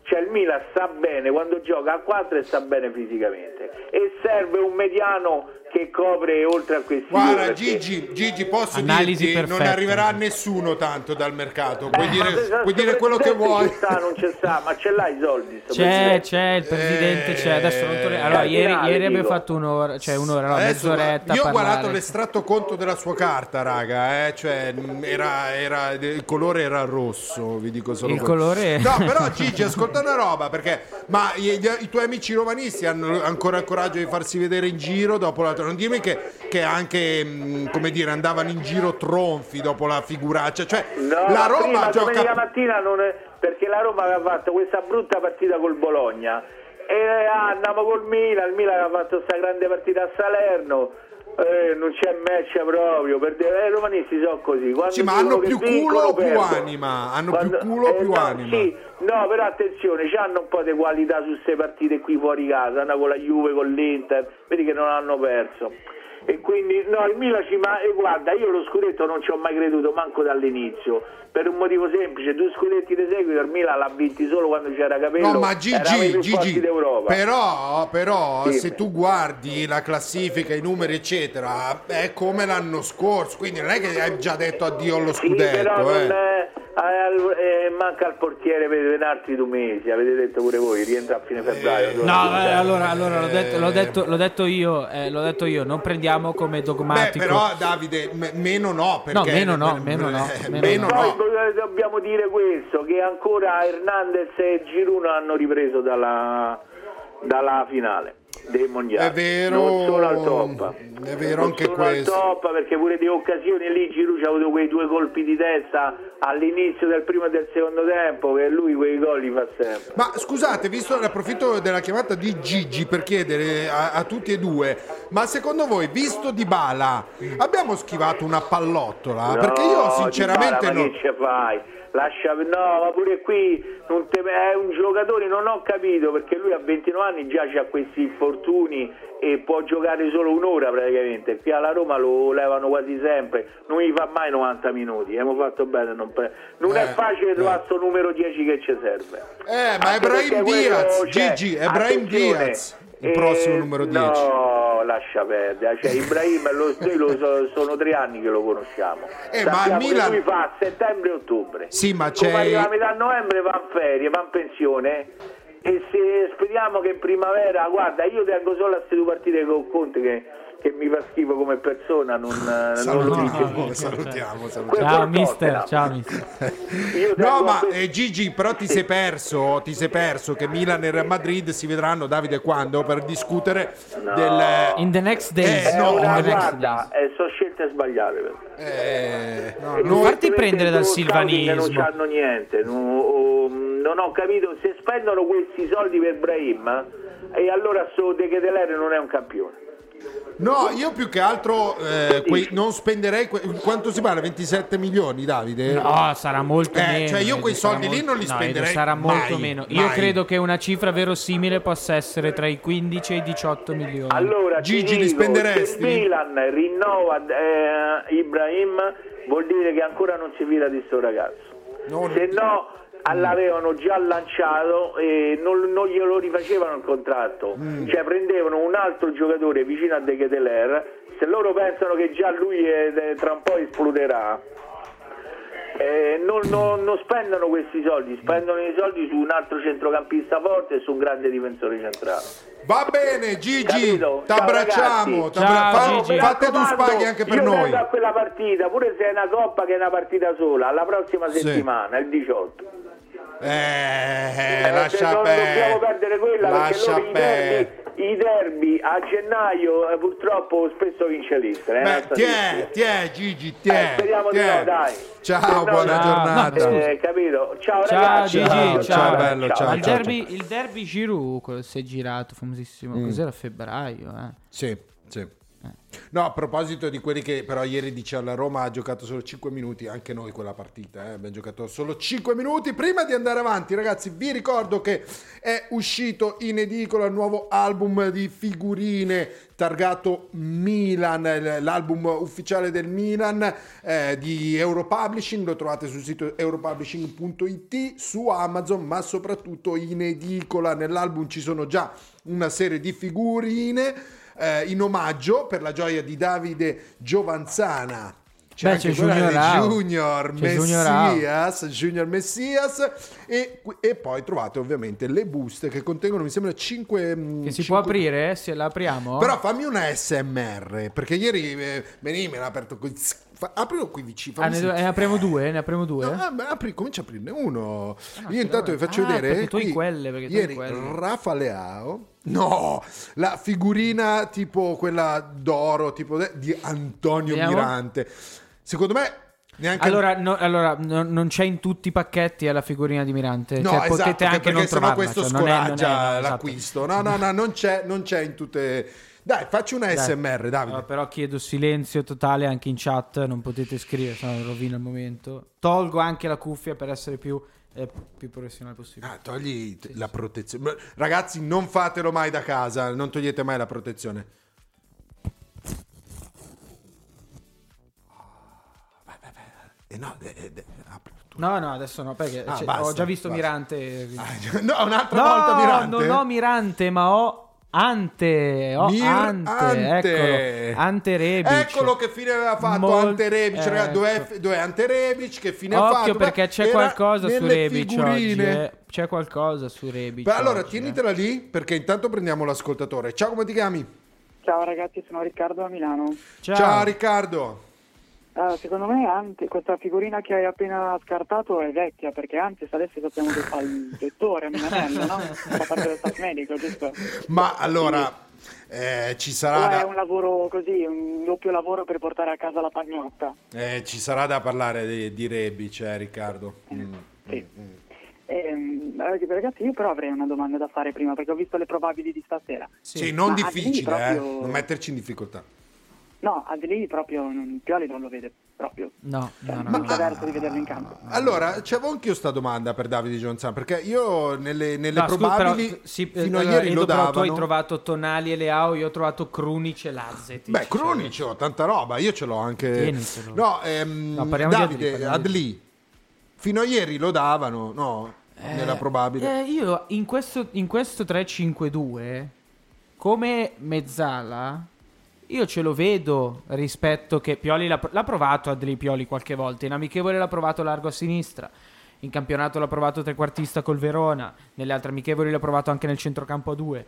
Speaker 5: Cioè il Milan sta bene quando gioca a quattro e sta bene fisicamente, e serve un mediano che copre oltre a questi.
Speaker 3: Guarda Gigi, Gigi posso
Speaker 4: Analisi
Speaker 3: dirti,
Speaker 4: perfetta.
Speaker 3: non arriverà nessuno tanto dal mercato, puoi
Speaker 5: Eh,
Speaker 3: dire,
Speaker 5: ma
Speaker 3: puoi dire quello che vuoi.
Speaker 5: Ci sta, non ci sta, ma ce l'hai i soldi? sto
Speaker 4: C'è,
Speaker 5: presidente?
Speaker 4: c'è il presidente,
Speaker 3: Eh,
Speaker 4: c'è. Adesso non torne- Allora,
Speaker 5: eh,
Speaker 4: ieri,
Speaker 5: finale,
Speaker 4: ieri abbiamo
Speaker 5: dico.
Speaker 4: fatto un'ora, cioè un'ora, no,
Speaker 3: Adesso,
Speaker 4: mezz'oretta.
Speaker 3: io
Speaker 4: a
Speaker 3: ho guardato
Speaker 4: parlare.
Speaker 3: l'estratto conto della sua carta, raga, eh, cioè mh, era, era- il colore era rosso, vi dico solo
Speaker 4: Il
Speaker 3: quello.
Speaker 4: colore-
Speaker 3: No, però Gigi, ascolta una roba, perché ma i, i tuoi amici romanisti hanno ancora il coraggio di farsi vedere in giro dopo la... Non dirmi che, che anche, mh, come dire, andavano in giro tronfi dopo la figuraccia, cioè
Speaker 5: No,
Speaker 3: la
Speaker 5: ma
Speaker 3: Roma
Speaker 5: prima,
Speaker 3: gioca...
Speaker 5: domenica mattina non è, perché la Roma aveva fatto questa brutta partita col Bologna e ah, andiamo col Milan, il Milan aveva fatto questa grande partita a Salerno, eh, non c'è match proprio, per dire, eh, i romanisti sono così. Quando
Speaker 3: Sì, ma
Speaker 5: dicono
Speaker 3: hanno
Speaker 5: che
Speaker 3: più
Speaker 5: vincono,
Speaker 3: culo o più
Speaker 5: perdono.
Speaker 3: anima? Hanno
Speaker 5: Quando-
Speaker 3: più culo o
Speaker 5: eh,
Speaker 3: più
Speaker 5: no,
Speaker 3: anima?
Speaker 5: Sì, no, però attenzione, hanno un po' di qualità su queste partite qui fuori casa, hanno con la Juve, con l'Inter, vedi che non hanno perso. E quindi no, il Milan ci ma e guarda, io lo scudetto non ci ho mai creduto manco dall'inizio, per un motivo semplice: due scudetti di seguito il Milan l'ha vinti solo quando c'era Capello.
Speaker 3: No, ma
Speaker 5: eravamo i
Speaker 3: Gigi,
Speaker 5: più forti
Speaker 3: Gigi,
Speaker 5: d'Europa.
Speaker 3: però, però
Speaker 5: Sì.
Speaker 3: se tu guardi la classifica, i numeri eccetera, è come l'anno scorso, quindi non è che hai già detto addio allo
Speaker 5: Sì,
Speaker 3: scudetto,
Speaker 5: però non
Speaker 3: eh.
Speaker 5: è- eh, eh, manca il portiere per in altri due mesi, avete detto pure voi, rientra a fine febbraio.
Speaker 4: No,
Speaker 5: Cioè,
Speaker 4: eh, allora, allora l'ho, detto, l'ho, detto, l'ho detto io, eh, l'ho detto io, non prendiamo come
Speaker 3: Beh,
Speaker 4: dogmatico.
Speaker 3: però Davide, m- meno no, perché
Speaker 4: No, meno no, meno no,
Speaker 3: eh,
Speaker 4: meno
Speaker 3: meno
Speaker 5: Poi
Speaker 3: no.
Speaker 5: eh, dobbiamo dire questo, che ancora Hernandez e Giroud hanno ripreso dalla, dalla finale dei mondiali.
Speaker 3: È vero,
Speaker 5: non sono al top.
Speaker 3: è vero
Speaker 5: non
Speaker 3: anche
Speaker 5: sono
Speaker 3: questo.
Speaker 5: al top, perché pure di occasioni lì Giroud ha avuto quei due colpi di testa all'inizio del primo e del secondo tempo, che lui quei gol li fa sempre.
Speaker 3: Ma scusate, visto l'approfitto della chiamata di Gigi per chiedere a, a tutti e due, ma secondo voi, visto Dybala, abbiamo schivato una pallottola?
Speaker 5: No,
Speaker 3: Perché io sinceramente
Speaker 5: Dybala, ma
Speaker 3: non...
Speaker 5: che ce fai? Lascia, no, ma pure qui non te- è un giocatore, non ho capito, perché lui a ventinove anni già c'ha questi infortuni e può giocare solo un'ora praticamente. Qui alla Roma lo levano quasi sempre, non gli fa mai novanta minuti. Abbiamo fatto bene, non, pre- non
Speaker 3: Eh,
Speaker 5: è facile
Speaker 3: eh.
Speaker 5: trovare sto numero dieci che ci serve.
Speaker 3: Eh, ma
Speaker 5: Anche
Speaker 3: Ebrahim
Speaker 5: perché quello,
Speaker 3: Diaz,
Speaker 5: cioè,
Speaker 3: Gigi, Ebrahim
Speaker 5: attenzione,
Speaker 3: Diaz, il prossimo
Speaker 5: eh,
Speaker 3: numero dieci.
Speaker 5: No, lascia perdere, cioè Ibrahim lo, noi lo so- sono tre anni che lo conosciamo.
Speaker 3: Eh, ma
Speaker 5: Sappiamo
Speaker 3: il Milan-
Speaker 5: che lui fa a settembre e ottobre.
Speaker 3: Sì, ma
Speaker 5: Come
Speaker 3: c'è...
Speaker 5: arriva a metà novembre va in ferie, va in pensione, e se speriamo che in primavera, guarda, io tengo solo a queste due partite con Conte che, che mi fa schifo come persona, non, non lo dice.
Speaker 3: Salutiamo, salutiamo, salutiamo.
Speaker 5: Quel
Speaker 4: Ciao
Speaker 5: col
Speaker 4: mister,
Speaker 5: Tottenham.
Speaker 4: ciao mister.
Speaker 5: Io tengo
Speaker 3: No,
Speaker 5: a
Speaker 3: ma
Speaker 5: questo-
Speaker 3: eh, Gigi, però ti sei perso, ti sei perso che Milan e Real Madrid si vedranno, Davide, quando? Per discutere
Speaker 5: No.
Speaker 3: del...
Speaker 4: In the next days.
Speaker 3: Eh,
Speaker 5: È
Speaker 3: no,
Speaker 5: una,
Speaker 4: in the next
Speaker 5: guarda,
Speaker 4: days.
Speaker 5: eh, sono scelte sbagliate. però.
Speaker 3: Eh,
Speaker 4: non
Speaker 3: noi-
Speaker 4: farti prendere dal
Speaker 5: Questi scouting
Speaker 4: silvanismo.
Speaker 5: non c'hanno niente, non, o- non ho capito se spendono questi soldi per Brahim, e allora so De Keteler non è un campione.
Speaker 3: No, io più che altro eh, quei- non spenderei que- quanto si parla? ventisette milioni, Davide?
Speaker 4: No, sarà molto
Speaker 3: Eh,
Speaker 4: meno.
Speaker 3: cioè io quei
Speaker 4: sarà
Speaker 3: soldi lì
Speaker 4: molto-
Speaker 3: non li
Speaker 4: no,
Speaker 3: spenderei
Speaker 4: sarà molto
Speaker 3: mai,
Speaker 4: meno. Io
Speaker 3: mai.
Speaker 4: credo che una cifra verosimile possa essere tra i quindici e i diciotto milioni.
Speaker 5: Allora, ti
Speaker 3: Gigi, li
Speaker 5: dico,
Speaker 3: spenderesti?
Speaker 5: se il Milan rinnova eh, Ibrahim, vuol dire che ancora non si fida di sto ragazzo.
Speaker 3: Non-
Speaker 5: Se no l'avevano già lanciato e non, non glielo rifacevano il contratto,
Speaker 3: Mm.
Speaker 5: cioè prendevano un altro giocatore vicino a De Keteler. Se loro pensano che già lui è- tra un po' esploderà, eh, non, non- non spendono questi soldi, spendono i soldi su un altro centrocampista forte e su un grande difensore centrale.
Speaker 3: Va bene, Gigi,
Speaker 5: Capito?
Speaker 3: ti abbracciamo.
Speaker 5: Ciao,
Speaker 3: t'abbra-
Speaker 4: Ciao,
Speaker 3: fa-
Speaker 4: Gigi.
Speaker 5: Mi
Speaker 3: fate due
Speaker 5: raccomando,
Speaker 3: spaghi anche per
Speaker 5: io
Speaker 3: noi.
Speaker 5: vengo a quella partita, pure se è una coppa che è una partita sola, alla prossima
Speaker 3: Sì.
Speaker 5: settimana, il diciotto.
Speaker 3: Eh,
Speaker 5: Eh,
Speaker 3: lascia
Speaker 5: se non dobbiamo
Speaker 3: perdere.
Speaker 5: perdere quella, perché
Speaker 3: Lascia
Speaker 5: loro i
Speaker 3: perdere.
Speaker 5: derby, i derby a gennaio eh, purtroppo spesso vince l'Inter. eh,
Speaker 3: Beh,
Speaker 5: non
Speaker 3: ti è,
Speaker 5: statistica.
Speaker 3: ti è, Gigi, ti
Speaker 5: Eh,
Speaker 3: è.
Speaker 5: speriamo
Speaker 3: ti
Speaker 5: di
Speaker 3: è.
Speaker 5: no, dai.
Speaker 3: Ciao,
Speaker 5: Se no-
Speaker 3: buona
Speaker 4: Ciao.
Speaker 3: giornata.
Speaker 4: No,
Speaker 5: Eh, capito? Ciao,
Speaker 4: Ciao,
Speaker 5: ragazzi.
Speaker 4: Gigi, ciao.
Speaker 3: Ciao, bello, ciao,
Speaker 4: il,
Speaker 3: ciao.
Speaker 4: derby, il derby Giroud quello si è girato famosissimo. Cos'era a febbraio? Eh.
Speaker 3: Sì, sì. No, a proposito di quelli che però ieri dice alla Roma ha giocato solo cinque minuti, anche noi quella partita, eh, abbiamo giocato solo cinque minuti. Prima di andare avanti, ragazzi, vi ricordo che è uscito in edicola il nuovo album di figurine targato Milan, l'album ufficiale del Milan eh, di Europublishing, lo trovate sul sito europublishing punto it, su Amazon, ma soprattutto in edicola. Nell'album ci sono già una serie di figurine Eh, in omaggio per la gioia di Davide Giovanzana. C'è
Speaker 4: Beh,
Speaker 3: anche
Speaker 4: c'è
Speaker 3: quella
Speaker 4: Junior
Speaker 3: di
Speaker 4: Rao.
Speaker 3: Junior
Speaker 4: C'è Junior Rao.
Speaker 3: Messias, Junior Messias e, e poi trovate ovviamente le buste che contengono, mi sembra, cinque
Speaker 4: Che si può aprire? Se la apriamo?
Speaker 3: Però fammi una A S M R, perché ieri eh, Benì me l'ha aperto così. Fa- aprilo qui vicino.
Speaker 4: Ah, ne, do- ne apriamo due? Ne apriamo due?
Speaker 3: No, ah, beh, apri, comincia a aprirne uno.
Speaker 4: Ah,
Speaker 3: Io intanto vi faccio
Speaker 4: ah,
Speaker 3: vedere.
Speaker 4: perché tu hai
Speaker 3: qui,
Speaker 4: quelle, perché tu hai
Speaker 3: ieri
Speaker 4: quelle.
Speaker 3: Rafa Leao. No, la figurina tipo quella d'oro, tipo de- di Antonio
Speaker 4: Vediamo.
Speaker 3: Mirante. Secondo me neanche.
Speaker 4: Allora, no, allora no- non c'è in tutti i pacchetti la figurina di Mirante.
Speaker 3: No,
Speaker 4: cioè,
Speaker 3: esatto,
Speaker 4: potete anche
Speaker 3: perché
Speaker 4: non
Speaker 3: sennò
Speaker 4: trovarla.
Speaker 3: questo
Speaker 4: cioè, non è- non è-
Speaker 3: scoraggia
Speaker 4: no, esatto.
Speaker 3: l'acquisto. No, no, no, non c'è, non c'è in tutte. Dai, facci una A S M R, Davide.
Speaker 4: Allora, però chiedo silenzio totale anche in chat, non potete scrivere, se no rovina il momento. Tolgo anche la cuffia per essere più, eh, più professionale possibile.
Speaker 3: Ah, togli t- la protezione. Ragazzi, non fatelo mai da casa, non togliete mai la protezione. Vai, vai, vai. Eh, no, eh, eh, apri tu.
Speaker 4: No, no, adesso no, perché
Speaker 3: Ah,
Speaker 4: cioè,
Speaker 3: basta,
Speaker 4: ho già visto
Speaker 3: basta.
Speaker 4: Mirante. quindi-
Speaker 3: Ah, no, un'altra
Speaker 4: No,
Speaker 3: volta Mirante.
Speaker 4: non ho Mirante, ma ho Ante. Ho
Speaker 3: Mir-
Speaker 4: Ante,
Speaker 3: Ante.
Speaker 4: eccolo. Ante Rebic.
Speaker 3: Eccolo che fine aveva fatto
Speaker 4: Mol-
Speaker 3: Ante Rebic,
Speaker 4: ecco.
Speaker 3: ragazzi. Dov'è, dov'è Ante Rebic? Che fine ha fatto?
Speaker 4: Occhio perché
Speaker 3: Beh,
Speaker 4: c'è
Speaker 3: era
Speaker 4: qualcosa su
Speaker 3: nelle
Speaker 4: Rebic oggi.
Speaker 3: figurine.
Speaker 4: eh. C'è qualcosa su Rebic.
Speaker 3: Beh, allora,
Speaker 4: oggi,
Speaker 3: tienitela lì perché intanto prendiamo l'ascoltatore. Ciao, come ti chiami?
Speaker 6: Ciao ragazzi, sono Riccardo da Milano.
Speaker 4: eh. Ciao.
Speaker 3: Ciao Riccardo.
Speaker 6: Ah, secondo me Ante, questa figurina che hai appena scartato è vecchia, perché Ante adesso sappiamo che fa il dottore a Milanello, no? Fa parte dello staff medico, giusto?
Speaker 3: Ma allora eh, ci
Speaker 6: O
Speaker 3: sarà
Speaker 6: è
Speaker 3: da,
Speaker 6: un lavoro così, un doppio lavoro per portare a casa la pagnotta?
Speaker 3: eh, ci sarà da parlare di, di Rebic, eh, Riccardo. Mm.
Speaker 6: Sì. Ehm, ragazzi, io però avrei una domanda da fare prima, perché ho visto le probabili di stasera.
Speaker 3: Sì, non
Speaker 6: Ma
Speaker 3: difficile,
Speaker 6: Adli
Speaker 3: eh,
Speaker 6: proprio-
Speaker 3: non metterci in difficoltà.
Speaker 6: No, Adli proprio, non- Pioli non lo vede proprio.
Speaker 4: No,
Speaker 6: Cioè,
Speaker 4: no, no,
Speaker 6: non
Speaker 4: no.
Speaker 6: c'è verso di vederlo in campo.
Speaker 3: Allora, c'avevo anch'io sta domanda per Davide Giovanzano, perché io nelle, nelle
Speaker 4: No, scusa,
Speaker 3: probabili
Speaker 4: però, sì,
Speaker 3: fino a
Speaker 4: allora,
Speaker 3: ieri
Speaker 4: Edo,
Speaker 3: lo
Speaker 4: però tu
Speaker 3: davano.
Speaker 4: hai trovato Tonali e Leao, io ho trovato Krunic e Lazzeti.
Speaker 3: Beh, Krunic ho tanta roba, io ce l'ho anche.
Speaker 4: Tienitelo.
Speaker 3: No, ehm,
Speaker 4: No, parliamo di Adli,
Speaker 3: Davide,
Speaker 4: parliamo di-
Speaker 3: Adli, fino a ieri lo davano, no? Nella probabile.
Speaker 4: Eh, io in questo, in questo tre cinque due, come mezzala, io ce lo vedo rispetto che Pioli l'ha, l'ha provato Adli Pioli qualche volta. In amichevole l'ha provato largo a sinistra. In campionato l'ha provato trequartista col Verona. Nelle altre amichevoli l'ha provato anche nel centrocampo a due.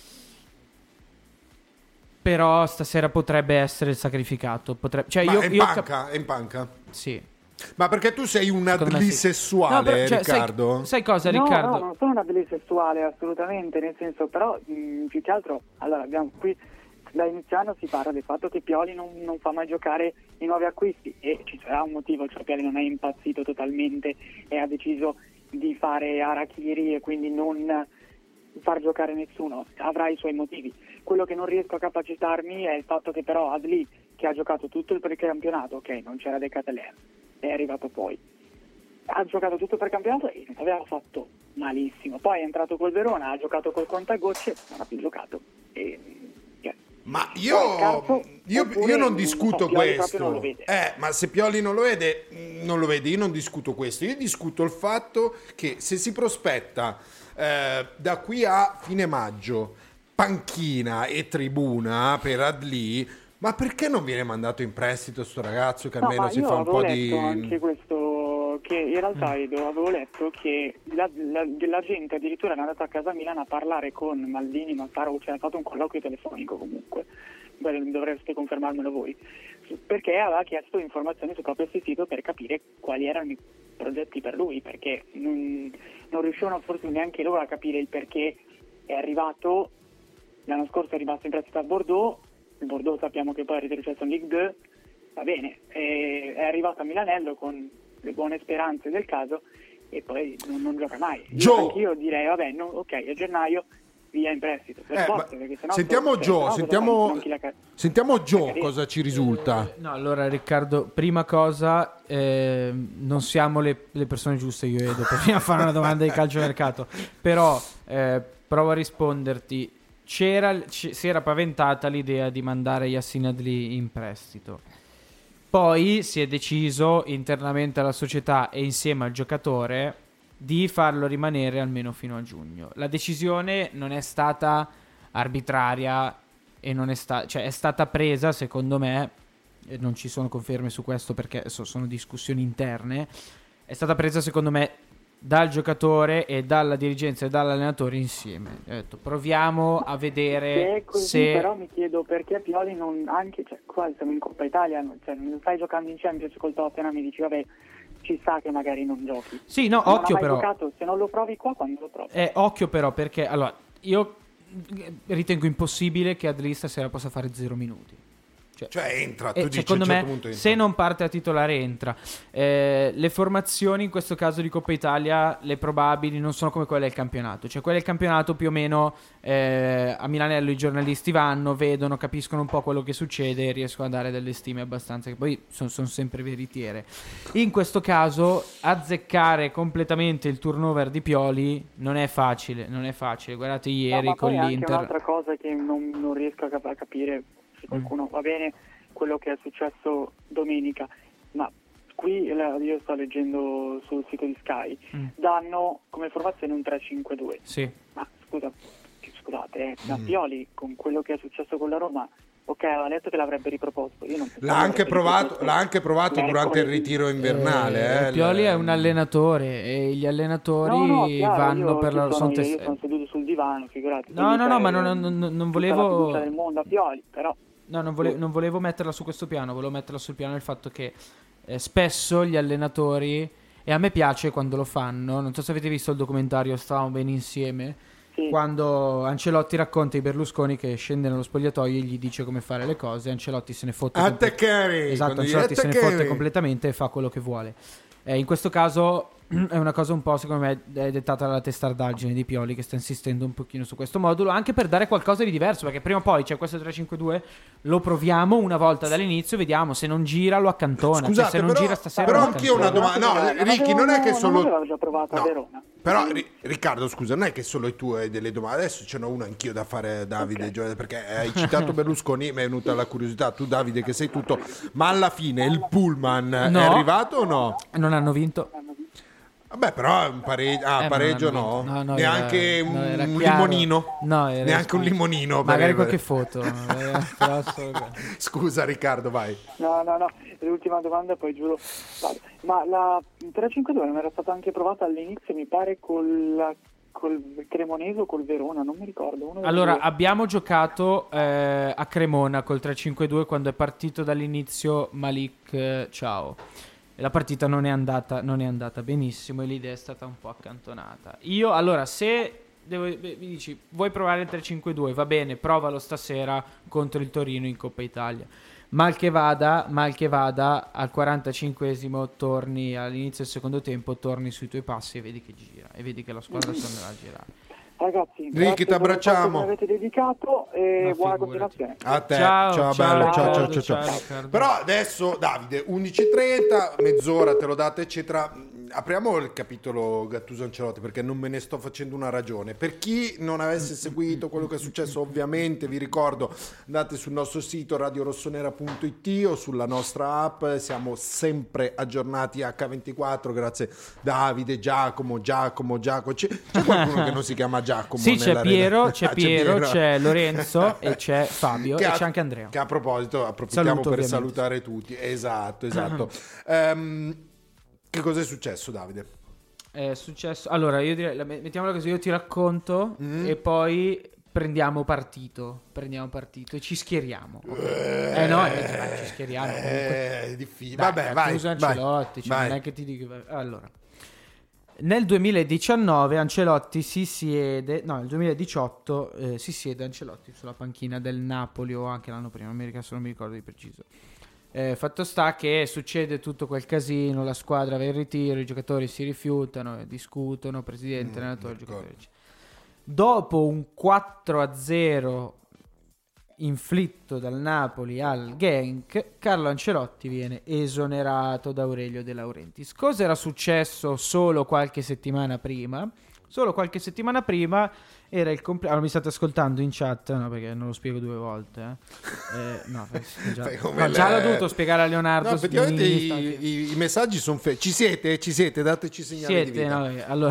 Speaker 4: Però stasera potrebbe essere il sacrificato. Potrebbe, cioè
Speaker 3: Ma
Speaker 4: io,
Speaker 3: è in
Speaker 4: io cap-
Speaker 3: panca, è in panca.
Speaker 4: sì.
Speaker 3: Ma perché tu sei un
Speaker 4: Secondo me
Speaker 3: Adli
Speaker 4: sì.
Speaker 3: sessuale,
Speaker 4: No, però, cioè, sai-
Speaker 3: Riccardo?
Speaker 4: Sai, cosa,
Speaker 6: No,
Speaker 4: Riccardo?
Speaker 6: no, non sono una bisessuale assolutamente, nel senso, però mh, più che altro, allora abbiamo qui da inizio anno si parla del fatto che Pioli non, non fa mai giocare i nuovi acquisti e ci sarà un motivo, cioè Pioli non è impazzito totalmente e ha deciso di fare Arachiri e quindi non far giocare nessuno, avrà i suoi motivi. Quello che non riesco a capacitarmi è il fatto che però Adli, che ha giocato tutto il precampionato, ok, non c'era De Ketelaere, è arrivato poi, ha giocato tutto il precampionato e non aveva fatto malissimo, poi è entrato col Verona, ha giocato col Contagocce, non ha più giocato e, cioè,
Speaker 3: Ma
Speaker 6: o è
Speaker 3: io,
Speaker 6: scarso,
Speaker 3: io,
Speaker 6: oppure
Speaker 3: io non
Speaker 6: non
Speaker 3: discuto
Speaker 6: so, Pioli proprio
Speaker 3: questo.
Speaker 6: non lo vede.
Speaker 3: Eh, ma se Pioli non lo vede, mh, non lo vede, io non discuto questo. Io discuto il fatto che se si prospetta eh, da qui a fine maggio panchina e tribuna per Adli, ma perché non viene mandato in prestito sto ragazzo che
Speaker 6: No,
Speaker 3: almeno
Speaker 6: ma
Speaker 3: si
Speaker 6: io
Speaker 3: fa un
Speaker 6: avevo
Speaker 3: po'
Speaker 6: letto
Speaker 3: di...
Speaker 6: anche questo, che in realtà Edo, avevo letto che la, la, la gente addirittura è andata a casa Milano a parlare con Maldini, Massaro, cioè ha fatto un colloquio telefonico comunque, beh, dovreste confermarmelo voi, perché aveva chiesto informazioni sul proprio sito per capire quali erano i progetti per lui, perché non, non riuscivano forse neanche loro a capire il perché è arrivato, l'anno scorso è rimasto in prestito a Bordeaux, il Bordeaux sappiamo che poi è retrocesso in Ligue due, va bene, è, è arrivato a Milanello con le buone speranze del caso e poi non, non gioca mai. Io,
Speaker 3: Joe!
Speaker 6: anch'io direi, vabbè, no, ok, a gennaio via in prestito. Per
Speaker 3: Eh,
Speaker 6: forza,
Speaker 3: ma
Speaker 6: perché sennò
Speaker 3: sentiamo
Speaker 6: cioè,
Speaker 3: Gio,
Speaker 6: sennò
Speaker 3: sentiamo,
Speaker 6: non chi la ca-
Speaker 3: sentiamo Gio
Speaker 6: carriera.
Speaker 3: cosa ci risulta.
Speaker 4: No, allora Riccardo, prima cosa, eh, non siamo le, le persone giuste, io e Edo, per prima fare una domanda di calciomercato, però eh, provo a risponderti. C'era, c- si era paventata l'idea di mandare Yassin Adli in prestito. Poi si è deciso internamente alla società e insieme al giocatore di farlo rimanere almeno fino a giugno. La decisione non è stata arbitraria e non è, sta- cioè è stata presa, secondo me, e non ci sono conferme su questo perché so- sono discussioni interne, è stata presa secondo me dal giocatore e dalla dirigenza e dall'allenatore insieme. Ho detto proviamo a vedere
Speaker 6: Se è così,
Speaker 4: se...
Speaker 6: però mi chiedo perché Pioli non anche, cioè qua siamo in Coppa Italia, non, cioè, non stai giocando in Champions col Tottenham, mi dici vabbè, ci sta che magari non giochi.
Speaker 4: Sì, no,
Speaker 6: Non
Speaker 4: occhio
Speaker 6: ha mai
Speaker 4: però.
Speaker 6: giocato, se non lo provi qua, quando lo provi?
Speaker 4: Eh, occhio però perché allora io ritengo impossibile che Adli stasera possa fare zero minuti. Cioè,
Speaker 3: Cioè entra, tu
Speaker 4: eh,
Speaker 3: dici
Speaker 4: secondo
Speaker 3: a un certo
Speaker 4: me
Speaker 3: punto entra.
Speaker 4: se non parte a titolare entra. Eh, le formazioni in questo caso di Coppa Italia, le probabili non sono come quelle del campionato, cioè quelle del campionato più o meno eh, a Milanello i giornalisti vanno, vedono, capiscono un po' quello che succede e riescono a dare delle stime abbastanza che poi sono, sono sempre veritiere. In questo caso azzeccare completamente il turnover di Pioli non è facile, non è facile. Guardate
Speaker 6: No,
Speaker 4: ieri
Speaker 6: ma
Speaker 4: con
Speaker 6: poi anche
Speaker 4: l'Inter.
Speaker 6: un'altra cosa che non, non riesco a, cap- a capire, se qualcuno va bene, quello che è successo domenica, ma qui la- io sto leggendo sul sito di Sky,
Speaker 4: Mm.
Speaker 6: danno come formazione un tre cinque due,
Speaker 4: Sì.
Speaker 6: ma scusa, scusate, eh, da
Speaker 3: Mm.
Speaker 6: Pioli con quello che è successo con la Roma, ok, aveva detto che l'avrebbe riproposto, io non
Speaker 3: L'ha anche provato, l'ha anche provato durante il ritiro invernale.
Speaker 4: Eh,
Speaker 3: eh,
Speaker 4: Pioli
Speaker 3: il-
Speaker 4: è un allenatore e gli allenatori
Speaker 6: No, no, chiaro,
Speaker 4: vanno
Speaker 6: io
Speaker 4: per
Speaker 6: ci
Speaker 4: la
Speaker 6: sono,
Speaker 4: sono
Speaker 6: io,
Speaker 4: tes-
Speaker 6: io sono seduto sul divano, figurati.
Speaker 4: No,
Speaker 6: devi
Speaker 4: no, no,
Speaker 6: fare,
Speaker 4: ma non- non- non
Speaker 6: tutta
Speaker 4: volevo-
Speaker 6: la fiducia del mondo a Pioli, però
Speaker 4: No, non, vole- non volevo metterla su questo piano, volevo metterla sul piano del fatto che eh, spesso gli allenatori, e a me piace quando lo fanno, non so se avete visto il documentario Stavamo bene insieme,
Speaker 6: sì.
Speaker 4: quando Ancelotti racconta ai Berlusconi che scende nello spogliatoio e gli dice come fare le cose, Ancelotti se ne fotte comple-
Speaker 3: Attaccare!
Speaker 4: esatto,
Speaker 3: Quando
Speaker 4: Ancelotti
Speaker 3: dici
Speaker 4: se ne
Speaker 3: attaccare!
Speaker 4: fotte completamente e fa quello che vuole. Eh, in questo caso è una cosa un po', secondo me, è dettata dalla testardaggine di Pioli, che sta insistendo un pochino su questo modulo, anche per dare qualcosa di diverso, perché prima o poi c'è questo tre cinque due, lo proviamo una volta dall'inizio, vediamo, se non gira lo accantona. Cioè,
Speaker 3: Scusate,
Speaker 4: se non
Speaker 3: però,
Speaker 4: gira stasera
Speaker 3: però
Speaker 4: lo
Speaker 3: anch'io ho una
Speaker 4: accantona.
Speaker 3: domanda. No, Ricky, non è che solo.
Speaker 6: Non l'avevo già provato a
Speaker 3: No,
Speaker 6: Verona.
Speaker 3: Però Ri- Riccardo, scusa, non è che solo tu hai delle domande. Adesso ce n'ho una anch'io da fare, Davide,
Speaker 6: Ok.
Speaker 3: Gio- perché hai citato Berlusconi, mi è venuta la curiosità. Tu, Davide, che sei tutto, ma alla fine il pullman è
Speaker 4: No.
Speaker 3: arrivato o no?
Speaker 4: Non hanno vinto.
Speaker 3: Vabbè, però un pareggio, ah,
Speaker 4: Eh, ma
Speaker 3: pareggio
Speaker 4: non hanno
Speaker 3: no.
Speaker 4: vinto. No, no,
Speaker 3: Neanche
Speaker 4: era-
Speaker 3: un,
Speaker 4: no, era
Speaker 3: un
Speaker 4: chiaro.
Speaker 3: limonino.
Speaker 4: No, era-
Speaker 3: Neanche un limonino. per-
Speaker 4: Magari
Speaker 3: per-
Speaker 4: qualche foto. eh, però solo-
Speaker 3: Scusa, Riccardo, vai.
Speaker 6: No, no, no, l'ultima domanda poi giuro. Vado. Ma la tre cinque due non era stata anche provata all'inizio, mi pare, col, col Cremonese o col Verona, non mi ricordo. Uno dei
Speaker 4: Allora,
Speaker 6: due.
Speaker 4: abbiamo giocato eh, a Cremona col tre cinque due quando è partito dall'inizio Malik eh, Ciao. E la partita non è andata, non è andata benissimo e l'idea è stata un po' accantonata. Io, allora, se devo, beh, mi dici, vuoi provare il tre cinque due? Va bene, provalo stasera contro il Torino in Coppa Italia. Mal che vada, mal che vada, al quarantacinquesimo torni all'inizio del secondo tempo, torni sui tuoi passi e vedi che gira. E vedi che la squadra tornerà a girare.
Speaker 6: Ragazzi,
Speaker 3: Ricky,
Speaker 6: grazie
Speaker 3: ti
Speaker 6: per il tempo
Speaker 3: abbracciamo.
Speaker 6: che mi avete dedicato e
Speaker 4: Ma
Speaker 6: buona
Speaker 4: figurati.
Speaker 6: continuazione.
Speaker 3: A te,
Speaker 4: Ciao,
Speaker 3: ciao,
Speaker 4: ciao,
Speaker 3: bello, ciao, ciao,
Speaker 4: Riccardo,
Speaker 3: ciao, ciao.
Speaker 4: ciao, Riccardo.
Speaker 3: Però adesso, Davide, undici e trenta, mezz'ora te l'ho data, eccetera. Apriamo il capitolo Gattuso Ancelotti perché non me ne sto facendo una ragione. Per chi non avesse seguito quello che è successo, ovviamente vi ricordo, andate sul nostro sito radio rossonera punto it o sulla nostra app, siamo sempre aggiornati acca ventiquattro, grazie Davide, Giacomo, Giacomo, Giacomo. C'è, c'è qualcuno che non si chiama Giacomo?
Speaker 4: Sì, c'è
Speaker 3: nella
Speaker 4: Piero,
Speaker 3: rete?
Speaker 4: c'è
Speaker 3: Ah,
Speaker 4: Piero, c'è Lorenzo e c'è Fabio
Speaker 3: Che
Speaker 4: e
Speaker 3: a-
Speaker 4: c'è anche Andrea.
Speaker 3: Che a proposito approfittiamo
Speaker 4: Saluto,
Speaker 3: per
Speaker 4: ovviamente.
Speaker 3: salutare tutti. Esatto, esatto. Ehm, che cosa è successo, Davide?
Speaker 4: È successo. Allora, io direi, la- mettiamola così, io ti racconto
Speaker 3: Mm.
Speaker 4: e poi prendiamo partito. Prendiamo partito e ci schieriamo. ok? Eh, no, eh, ci schieriamo. comunque.
Speaker 3: È difficile.
Speaker 4: Dai,
Speaker 3: Vabbè, vai.
Speaker 4: Gattuso,
Speaker 3: vai,
Speaker 4: Ancelotti, cioè,
Speaker 3: vai.
Speaker 4: non è che ti dico. Allora, nel duemiladiciannove Ancelotti si siede, no, nel duemiladiciotto eh, si siede Ancelotti sulla panchina del Napoli o anche l'anno prima, non mi ricordo, non mi ricordo di preciso. Eh, fatto sta che succede tutto quel casino, la squadra va in ritiro, i giocatori si rifiutano, discutono, presidente,
Speaker 3: Mm,
Speaker 4: allenatore,
Speaker 3: mi
Speaker 4: giocatori.
Speaker 3: ricordo.
Speaker 4: eccetera. dopo un quattro a zero inflitto dal Napoli al Genk, Carlo Ancelotti viene esonerato da Aurelio De Laurentiis. Cosa era successo solo qualche settimana prima? Solo qualche settimana prima era il compleanno. Allora, mi state ascoltando in chat? No, perché non lo spiego due volte. Eh. Eh, no, già, no, già l'ho dovuto spiegare a Leonardo.
Speaker 3: No, effettivamente i, i, i messaggi sono fe- ci siete? Ci siete? Dateci segnali
Speaker 4: siete,
Speaker 3: di vita.
Speaker 4: No, allora,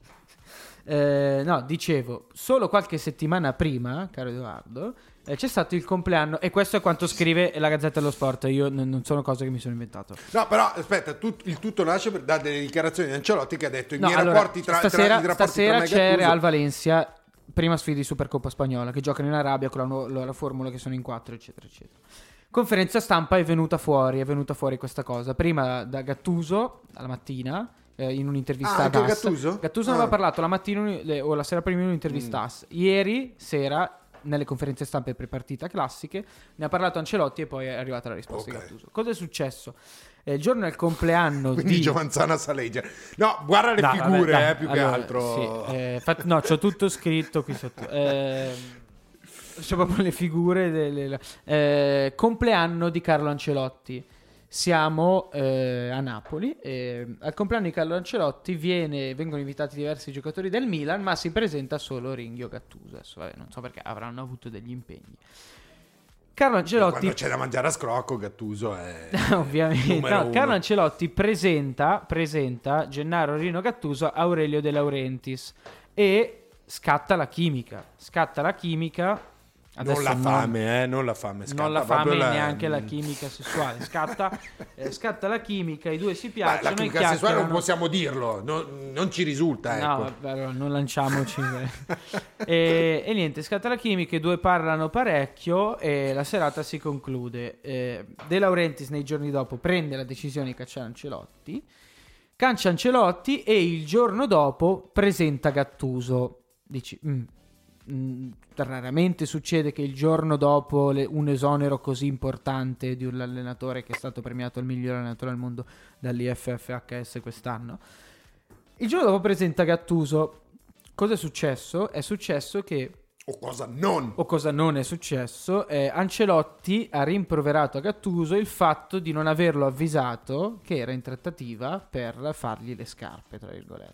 Speaker 4: eh, no, dicevo, solo qualche settimana prima, caro Edoardo, eh, c'è stato il compleanno, e questo è quanto scrive la Gazzetta dello Sport. Io n- non sono cose che mi sono inventato.
Speaker 3: No, però aspetta, tut- il tutto nasce per, da delle dichiarazioni di Ancelotti che ha detto i
Speaker 4: No,
Speaker 3: miei
Speaker 4: allora,
Speaker 3: rapporti tra,
Speaker 4: stasera,
Speaker 3: tra, i rapporti
Speaker 4: stasera
Speaker 3: tra me e
Speaker 4: c'è
Speaker 3: Gattuso-
Speaker 4: Real Valencia, prima sfida di Supercoppa spagnola, che giocano in Arabia con la, nu- la formula che sono in quattro, eccetera eccetera. Conferenza stampa è venuta fuori, è venuta fuori questa cosa prima da Gattuso alla mattina, eh, in un'intervista
Speaker 3: Ah,
Speaker 4: a
Speaker 3: anche
Speaker 4: Gas.
Speaker 3: Gattuso?
Speaker 4: Gattuso
Speaker 3: Ah.
Speaker 4: ne aveva parlato la mattina le- o la sera prima in un'intervista
Speaker 3: Mm.
Speaker 4: a As. Ieri sera nelle conferenze stampe prepartita classiche ne ha parlato Ancelotti e poi è arrivata la risposta
Speaker 3: Ok.
Speaker 4: di Gattuso. Cosa è successo? Eh, il giorno del compleanno
Speaker 3: Quindi
Speaker 4: di
Speaker 3: Giovanzana Saleggia. No, guarda le
Speaker 4: No,
Speaker 3: figure,
Speaker 4: vabbè, dai,
Speaker 3: eh, più
Speaker 4: allora,
Speaker 3: che altro.
Speaker 4: sì, eh, fat- no, c'ho tutto scritto qui sotto. Eh, c'ho proprio le figure. Delle, eh, compleanno di Carlo Ancelotti. Siamo eh, a Napoli. Eh, al compleanno di Carlo Ancelotti viene, vengono invitati diversi giocatori del Milan, ma si presenta solo Ringhio Gattuso. Adesso, vabbè, non so perché avranno avuto degli impegni. Carlo Ancelotti,
Speaker 3: Quando c'è da mangiare a scrocco, Gattuso è
Speaker 4: ovviamente,
Speaker 3: numero
Speaker 4: no,
Speaker 3: uno.
Speaker 4: Carlo Ancelotti presenta, presenta Gennaro Rino Gattuso a Aurelio De Laurentiis e scatta la chimica. Scatta la chimica.
Speaker 3: Non la fame, eh, non la fame.
Speaker 4: Non
Speaker 3: scatta
Speaker 4: la fame
Speaker 3: proprio
Speaker 4: e neanche la chimica sessuale. Scatta, eh, scatta la chimica, i due si
Speaker 3: Beh,
Speaker 4: piacciono.
Speaker 3: la
Speaker 4: e
Speaker 3: chimica sessuale non
Speaker 4: chiacchierano.
Speaker 3: possiamo dirlo, non, non ci risulta, ecco.
Speaker 4: No, vabbè, allora non lanciamoci. e, e niente, scatta la chimica, i due parlano parecchio e la serata si conclude. Eh, De Laurentiis nei giorni dopo prende la decisione di cacciare Ancelotti, caccia Ancelotti e il giorno dopo presenta Gattuso. Dici, mm, mm, raramente succede che il giorno dopo le, un esonero così importante di un allenatore che è stato premiato il miglior allenatore al mondo dall'I F F H S quest'anno. Il giorno dopo presenta Gattuso. Cosa è successo? È successo che,
Speaker 3: O cosa non.
Speaker 4: o cosa non è successo, eh, Ancelotti ha rimproverato a Gattuso il fatto di non averlo avvisato che era in trattativa per fargli le scarpe, tra virgolette.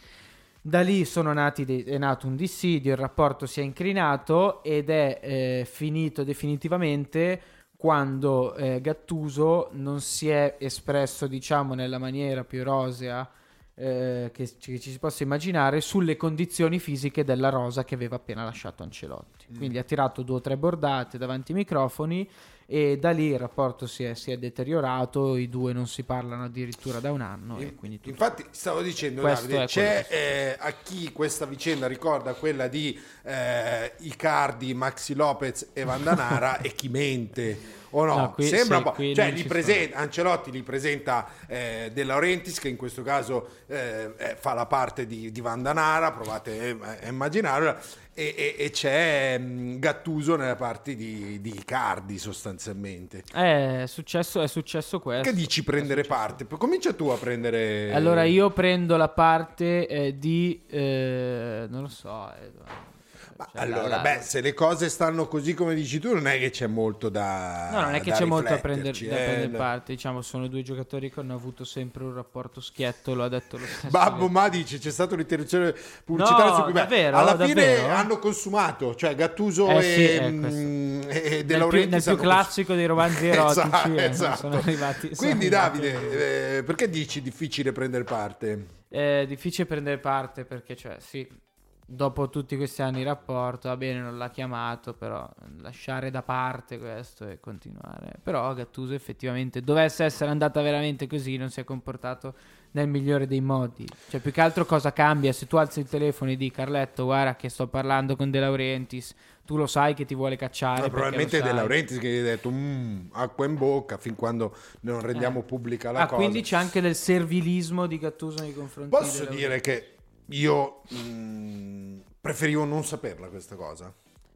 Speaker 4: Da lì sono nati dei, è nato un dissidio, il rapporto si è incrinato ed è eh, finito definitivamente quando eh, Gattuso non si è espresso, diciamo, nella maniera più rosea eh, che, che ci si possa immaginare sulle condizioni fisiche della rosa che aveva appena lasciato Ancelotti.
Speaker 3: Mm.
Speaker 4: Quindi ha tirato due o tre bordate davanti ai microfoni e da lì il rapporto si è, si è deteriorato, i due non si parlano addirittura da un anno.
Speaker 3: In-
Speaker 4: e quindi tutto-
Speaker 3: Infatti stavo dicendo,
Speaker 4: Questo
Speaker 3: Davide,
Speaker 4: è
Speaker 3: c'è
Speaker 4: quello
Speaker 3: eh, a chi questa vicenda ricorda quella di eh, Icardi, Maxi Lopez e Vandanara e chi mente o no?
Speaker 4: No, qui-
Speaker 3: Sembra
Speaker 4: sì,
Speaker 3: un po',
Speaker 4: qui
Speaker 3: cioè
Speaker 4: non
Speaker 3: li
Speaker 4: ci
Speaker 3: presenta, Ancelotti li presenta eh, De Laurentiis che in questo caso eh, eh, fa la parte di, di Vandanara, provate eh, a immaginarlo, e, e- e c'è mh, Gattuso nella parte di, di Icardi sostanzialmente.
Speaker 4: È successo, è successo questo.
Speaker 3: Che dici prendere parte? Comincia tu a prendere.
Speaker 4: Allora io prendo la parte eh, di eh, non lo so. eh,
Speaker 3: Ma
Speaker 4: cioè,
Speaker 3: allora,
Speaker 4: la- la-
Speaker 3: beh, se le cose stanno così come dici tu, non è che c'è molto da.
Speaker 4: No, non è che
Speaker 3: da
Speaker 4: c'è molto a prendere,
Speaker 3: rifletterci,
Speaker 4: da
Speaker 3: eh.
Speaker 4: prendere parte. Diciamo, sono due giocatori che hanno avuto sempre un rapporto schietto. Lo ha detto lo stesso.
Speaker 3: Babbo Ma dice c'è stata un'interruzione pubblicitaria
Speaker 4: No,
Speaker 3: su cui beh,
Speaker 4: davvero?
Speaker 3: alla fine
Speaker 4: Davvero?
Speaker 3: hanno consumato, cioè Gattuso
Speaker 4: Eh
Speaker 3: e,
Speaker 4: sì, eh,
Speaker 3: mm,
Speaker 4: questo.
Speaker 3: e De
Speaker 4: Nel più,
Speaker 3: Laurentiis
Speaker 4: nel più
Speaker 3: hanno
Speaker 4: classico dei romanzi erotici
Speaker 3: Esatto,
Speaker 4: eh,
Speaker 3: esatto.
Speaker 4: sono arrivati. sono
Speaker 3: Quindi
Speaker 4: arrivati-
Speaker 3: Davide, eh, perché dici difficile prendere parte?
Speaker 4: È difficile prendere parte perché, cioè, sì, dopo tutti questi anni di rapporto, va bene, non l'ha chiamato, però lasciare da parte questo e continuare. Però Gattuso effettivamente, dovesse essere andata veramente così, non si è comportato nel migliore dei modi. Cioè, più che altro cosa cambia? Se tu alzi il telefono e dici Carletto, guarda che sto parlando con De Laurentiis, tu lo sai che ti vuole cacciare.
Speaker 3: No,
Speaker 4: perché
Speaker 3: probabilmente
Speaker 4: lo
Speaker 3: De
Speaker 4: sai.
Speaker 3: Laurentiis che gli ha detto "Mm, acqua in bocca fin quando non rendiamo
Speaker 4: Eh.
Speaker 3: pubblica la
Speaker 4: Ah,
Speaker 3: cosa.
Speaker 4: quindi c'è anche del servilismo di Gattuso nei confronti
Speaker 3: Posso
Speaker 4: di
Speaker 3: dire che io mh, preferivo non saperla questa cosa.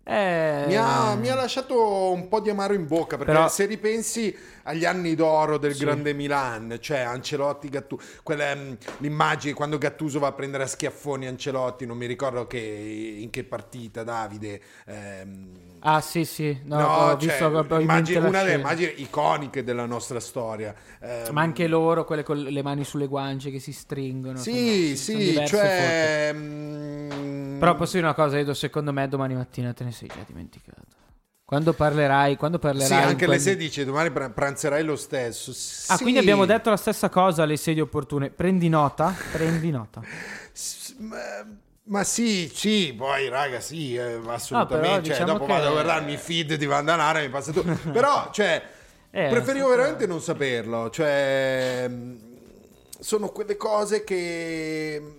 Speaker 4: Eh...
Speaker 3: Mi, ha, mi ha lasciato un po' di amaro in bocca, perché
Speaker 4: Però...
Speaker 3: se ripensi agli anni d'oro del
Speaker 4: sì.
Speaker 3: grande Milan, cioè Ancelotti, Gattuso, quelle, l'immagine quando Gattuso va a prendere a schiaffoni Ancelotti, non mi ricordo che, in che partita, Davide. Ehm,
Speaker 4: ah sì sì, no,
Speaker 3: no,
Speaker 4: ho
Speaker 3: cioè,
Speaker 4: visto proprio
Speaker 3: immagine,
Speaker 4: la
Speaker 3: una delle
Speaker 4: scena.
Speaker 3: immagini iconiche della nostra storia. Ehm,
Speaker 4: Ma anche loro, quelle con le mani sulle guance che si stringono.
Speaker 3: sì,
Speaker 4: insomma,
Speaker 3: sì,
Speaker 4: sono
Speaker 3: cioè...
Speaker 4: foto.
Speaker 3: mm,
Speaker 4: Però posso dire una cosa, Edo, secondo me domani mattina te ne sei già dimenticato. Quando parlerai, quando parlerai...
Speaker 3: Sì, anche alle
Speaker 4: quel...
Speaker 3: sedici, domani pr- pranzerai lo stesso.
Speaker 4: Ah,
Speaker 3: Sì.
Speaker 4: quindi abbiamo detto la stessa cosa alle sedie opportune. Prendi nota, prendi nota.
Speaker 3: S- ma, ma sì, sì, poi raga, sì, eh, assolutamente.
Speaker 4: Ah, però
Speaker 3: cioè,
Speaker 4: diciamo
Speaker 3: dopo
Speaker 4: che-
Speaker 3: vado a guardarmi i feed di Vandanara, mi passa tutto. Però, cioè,
Speaker 4: Eh,
Speaker 3: preferivo
Speaker 4: è stato-
Speaker 3: veramente non saperlo. Cioè, mh, sono quelle cose che... mh,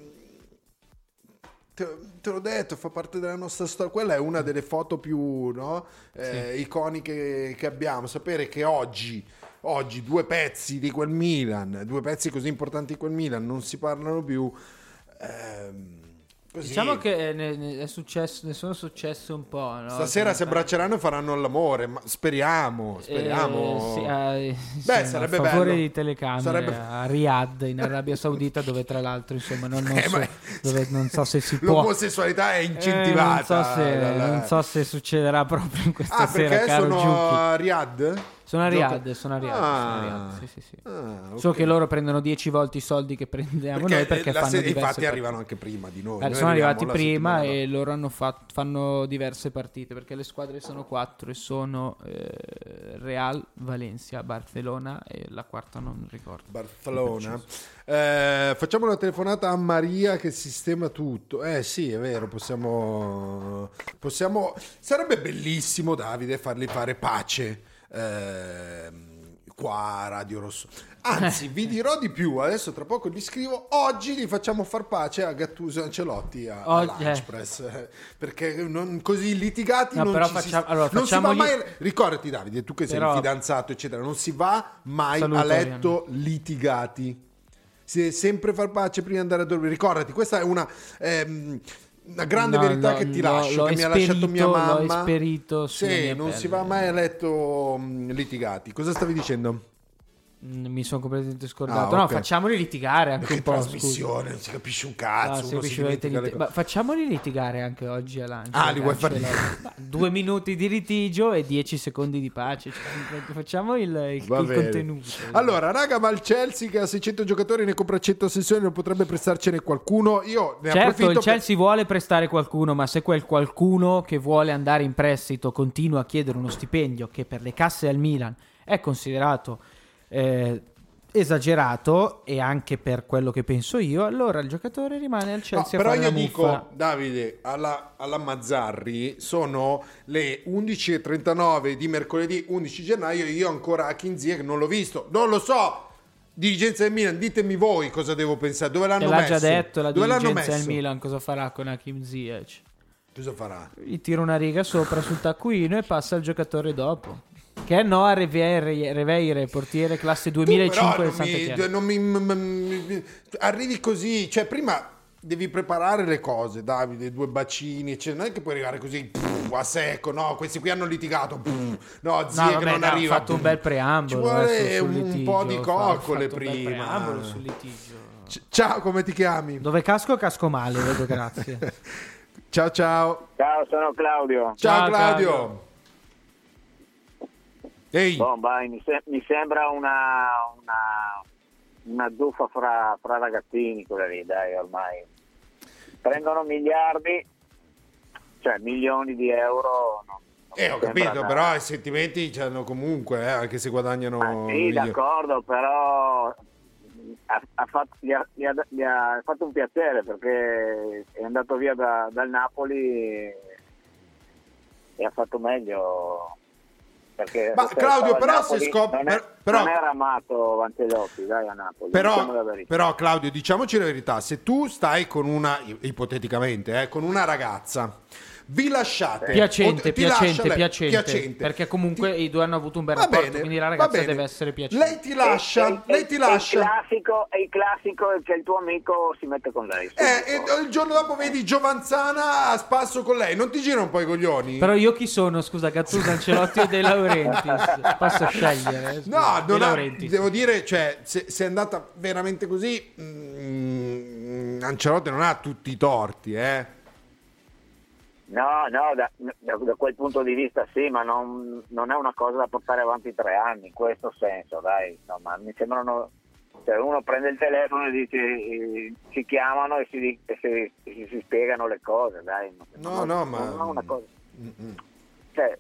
Speaker 3: Te, te l'ho detto, fa parte della nostra storia. Quella è una delle foto più no, eh, iconiche che abbiamo. Sapere che oggi, oggi due pezzi di quel Milan, due pezzi così importanti di quel Milan non si parlano più. ehm, così.
Speaker 4: Diciamo che ne, ne è successo, ne sono successe un po'. No?
Speaker 3: Stasera si abbracceranno e faranno l'amore, ma speriamo, speriamo.
Speaker 4: Eh, sì, eh,
Speaker 3: Beh,
Speaker 4: insomma,
Speaker 3: sarebbe
Speaker 4: a favore
Speaker 3: bello.
Speaker 4: di telecamere
Speaker 3: Sarebbe-
Speaker 4: a Riyadh in Arabia Saudita, dove tra l'altro insomma non, non
Speaker 3: Eh,
Speaker 4: so,
Speaker 3: ma-
Speaker 4: dove non so se si può
Speaker 3: L'omosessualità è
Speaker 4: Eh,
Speaker 3: incentivata.
Speaker 4: non, so se,
Speaker 3: dalla-
Speaker 4: non so se succederà proprio in questa
Speaker 3: Ah,
Speaker 4: sera,
Speaker 3: perché
Speaker 4: caro
Speaker 3: sono
Speaker 4: Giucchi.
Speaker 3: a Riyadh?
Speaker 4: Sono a
Speaker 3: Gioca-
Speaker 4: Riyadh, sono a Riyadh,
Speaker 3: Ah.
Speaker 4: sono a Riyadh, sì, sì, sì.
Speaker 3: Ah,
Speaker 4: So
Speaker 3: ok.
Speaker 4: che loro prendono dieci volte i soldi che prendiamo noi perché
Speaker 3: la
Speaker 4: fanno
Speaker 3: se-
Speaker 4: diverse
Speaker 3: infatti
Speaker 4: partite.
Speaker 3: arrivano anche prima di noi.
Speaker 4: Eh,
Speaker 3: Noi
Speaker 4: sono
Speaker 3: arriviamo
Speaker 4: arrivati
Speaker 3: la
Speaker 4: prima
Speaker 3: settimana
Speaker 4: e
Speaker 3: dopo.
Speaker 4: loro hanno fatto, fanno diverse partite perché le squadre sono quattro e sono eh, Real, Valencia, Barcellona e la quarta non ricordo.
Speaker 3: Barcellona. Eh, facciamo una telefonata a Maria che sistema tutto. Eh sì, è vero, possiamo, possiamo... Sarebbe bellissimo, Davide, fargli fare pace. ehm, qua a Radio Rosso. Anzi, vi dirò di più. Adesso tra poco gli scrivo. Oggi gli facciamo far pace a Gattuso e Ancelotti a,
Speaker 4: Oggi,
Speaker 3: a Lunchpress, eh, perché non, così litigati
Speaker 4: No,
Speaker 3: non
Speaker 4: però
Speaker 3: ci
Speaker 4: facciamo-
Speaker 3: si,
Speaker 4: allora,
Speaker 3: non si va
Speaker 4: facciamogli-
Speaker 3: mai. Ricordati, Davide, tu che sei
Speaker 4: Però-
Speaker 3: il fidanzato, eccetera, non si va mai
Speaker 4: Saluto,
Speaker 3: a letto litigati. Si deve sempre far pace prima di andare a dormire. Ricordati, questa è una ehm, una grande
Speaker 4: No,
Speaker 3: verità
Speaker 4: l'ho-
Speaker 3: che ti
Speaker 4: l'ho-
Speaker 3: lascio,
Speaker 4: l'ho
Speaker 3: che mi ha lasciato mia
Speaker 4: esperito,
Speaker 3: mamma.
Speaker 4: l'ho esperito sulla
Speaker 3: Sì,
Speaker 4: mia
Speaker 3: non
Speaker 4: pelle.
Speaker 3: si va mai a letto mh, litigati. Cosa stavi dicendo?
Speaker 4: Mm, Mi sono completamente scordato.
Speaker 3: Ah,
Speaker 4: No,
Speaker 3: ok.
Speaker 4: facciamoli litigare anche
Speaker 3: Che
Speaker 4: un po'. Scusa.
Speaker 3: trasmissione, non si capisce un
Speaker 4: Ah,
Speaker 3: cazzo.
Speaker 4: se
Speaker 3: uno si
Speaker 4: capisci, avete
Speaker 3: dimentica le
Speaker 4: liti-
Speaker 3: cose.
Speaker 4: Ma facciamoli litigare anche oggi a Lancia.
Speaker 3: Ah, li vuoi far-
Speaker 4: Ma due minuti di litigio e dieci secondi di pace. Cioè, facciamo il, il-
Speaker 3: Va
Speaker 4: il
Speaker 3: bene.
Speaker 4: contenuto.
Speaker 3: Allora, raga, ma il Chelsea che ha seicento giocatori ne compra cento sessioni, non potrebbe prestarcene qualcuno? Io ne
Speaker 4: Certo,
Speaker 3: approfitto
Speaker 4: il
Speaker 3: per-
Speaker 4: Chelsea vuole prestare qualcuno, ma se quel qualcuno che vuole andare in prestito continua a chiedere uno stipendio che per le casse al Milan è considerato eh, esagerato e anche per quello che penso io, allora il giocatore rimane al
Speaker 3: No,
Speaker 4: Chelsea a
Speaker 3: però
Speaker 4: fare
Speaker 3: io
Speaker 4: la
Speaker 3: dico,
Speaker 4: muffa.
Speaker 3: Davide, alla, alla Mazzarri sono le undici e trentanove di mercoledì undici gennaio, io ancora a Kinzie che non l'ho visto, non lo so. Dirigenza del Milan, ditemi voi cosa devo pensare, dove
Speaker 4: Te
Speaker 3: l'hanno
Speaker 4: l'ha
Speaker 3: messo?
Speaker 4: già detto la
Speaker 3: Dove l'hanno
Speaker 4: dirigenza del
Speaker 3: messo?
Speaker 4: Milan cosa farà con Hakim Ziyech.
Speaker 3: Cosa farà?
Speaker 4: Gli tira una riga sopra sul taccuino e passa al giocatore dopo. Che è Noah Reveire, Reveire, portiere classe duemilacinque del
Speaker 3: Tu però
Speaker 4: Sant'Etienne.
Speaker 3: non mi, non mi- m- m- arrivi così, cioè prima devi preparare le cose, Davide, due bacini, cioè non è che puoi arrivare così pff, a secco, no, questi qui hanno litigato, pff, no, zie
Speaker 4: No,
Speaker 3: che
Speaker 4: vabbè,
Speaker 3: non
Speaker 4: dai,
Speaker 3: arriva.
Speaker 4: ha fatto un bel preambolo.
Speaker 3: Ci vuole
Speaker 4: adesso sul
Speaker 3: un
Speaker 4: litigio,
Speaker 3: po' di
Speaker 4: fa-
Speaker 3: coccole
Speaker 4: ha fatto un bel
Speaker 3: prima.
Speaker 4: preambolo sul litigio.
Speaker 3: C- Ciao, come ti chiami?
Speaker 4: Dove casco casco male, vedo, grazie.
Speaker 3: Ciao ciao.
Speaker 5: Ciao, sono Claudio.
Speaker 3: Ciao,
Speaker 4: Ciao,
Speaker 3: Claudio.
Speaker 4: Claudio.
Speaker 3: Ehi,
Speaker 5: Boh, vai, mi, se- mi sembra una, una, una zuffa fra, fra ragazzini quella lì, dai, ormai. Prendono miliardi, cioè milioni di euro. No, non
Speaker 3: eh,
Speaker 5: mi
Speaker 3: ho
Speaker 5: sembra
Speaker 3: capito,
Speaker 5: da-
Speaker 3: però i sentimenti c'hanno comunque, eh, anche se guadagnano
Speaker 5: Ah, sì,
Speaker 3: milioni.
Speaker 5: d'accordo, però ha, ha fatto, gli, ha, gli ha- gli ha fatto un piacere perché è andato via da- dal Napoli e, e ha fatto meglio. Perché
Speaker 3: Ma,
Speaker 5: se
Speaker 3: Claudio,
Speaker 5: stava al
Speaker 3: però
Speaker 5: Napoli
Speaker 3: se scop-
Speaker 5: non, è-
Speaker 3: per- però-
Speaker 5: non era amato Ancelotti, dai, a Napoli. diciamo la
Speaker 3: Però,
Speaker 5: verità.
Speaker 3: però, Claudio, diciamoci la verità, se tu stai con una, ipoteticamente, eh, con una ragazza, vi lasciate
Speaker 4: Piacente,
Speaker 3: o- ti
Speaker 4: piacente,
Speaker 3: lascia lei-
Speaker 4: piacente,
Speaker 3: piacente.
Speaker 4: perché comunque
Speaker 3: Ti-
Speaker 4: i due hanno avuto un bel
Speaker 3: Va
Speaker 4: rapporto,
Speaker 3: bene,
Speaker 4: quindi la
Speaker 3: va
Speaker 4: ragazza
Speaker 3: bene.
Speaker 4: deve essere piacente.
Speaker 3: Lei ti lascia,
Speaker 6: E-
Speaker 3: lei
Speaker 6: e-
Speaker 3: ti
Speaker 6: e-
Speaker 3: lascia.
Speaker 6: È il classico, è il classico che il tuo amico si mette con lei.
Speaker 3: Eh, e il giorno dopo vedi Giovanzana a spasso con lei, non ti girano un po' i coglioni?
Speaker 4: Però io chi sono, scusa, Gattuso, Ancelotti o De Laurentiis? Posso scegliere? scusa.
Speaker 3: No,
Speaker 4: De
Speaker 3: non ha-
Speaker 4: Laurentiis.
Speaker 3: devo dire, cioè, se, se è andata veramente così, mm, Ancelotti non ha tutti i torti, eh.
Speaker 6: No, no, da, da- da quel punto di vista sì, ma non, non è una cosa da portare avanti tre anni, in questo senso, dai. No, ma mi sembrano... Cioè uno prende il telefono e dice, eh, ci chiamano e si, di- e si, e si, si spiegano le cose, dai.
Speaker 3: No, no, ma-
Speaker 6: Non è una cosa...
Speaker 3: Mm-mm.
Speaker 6: Cioè,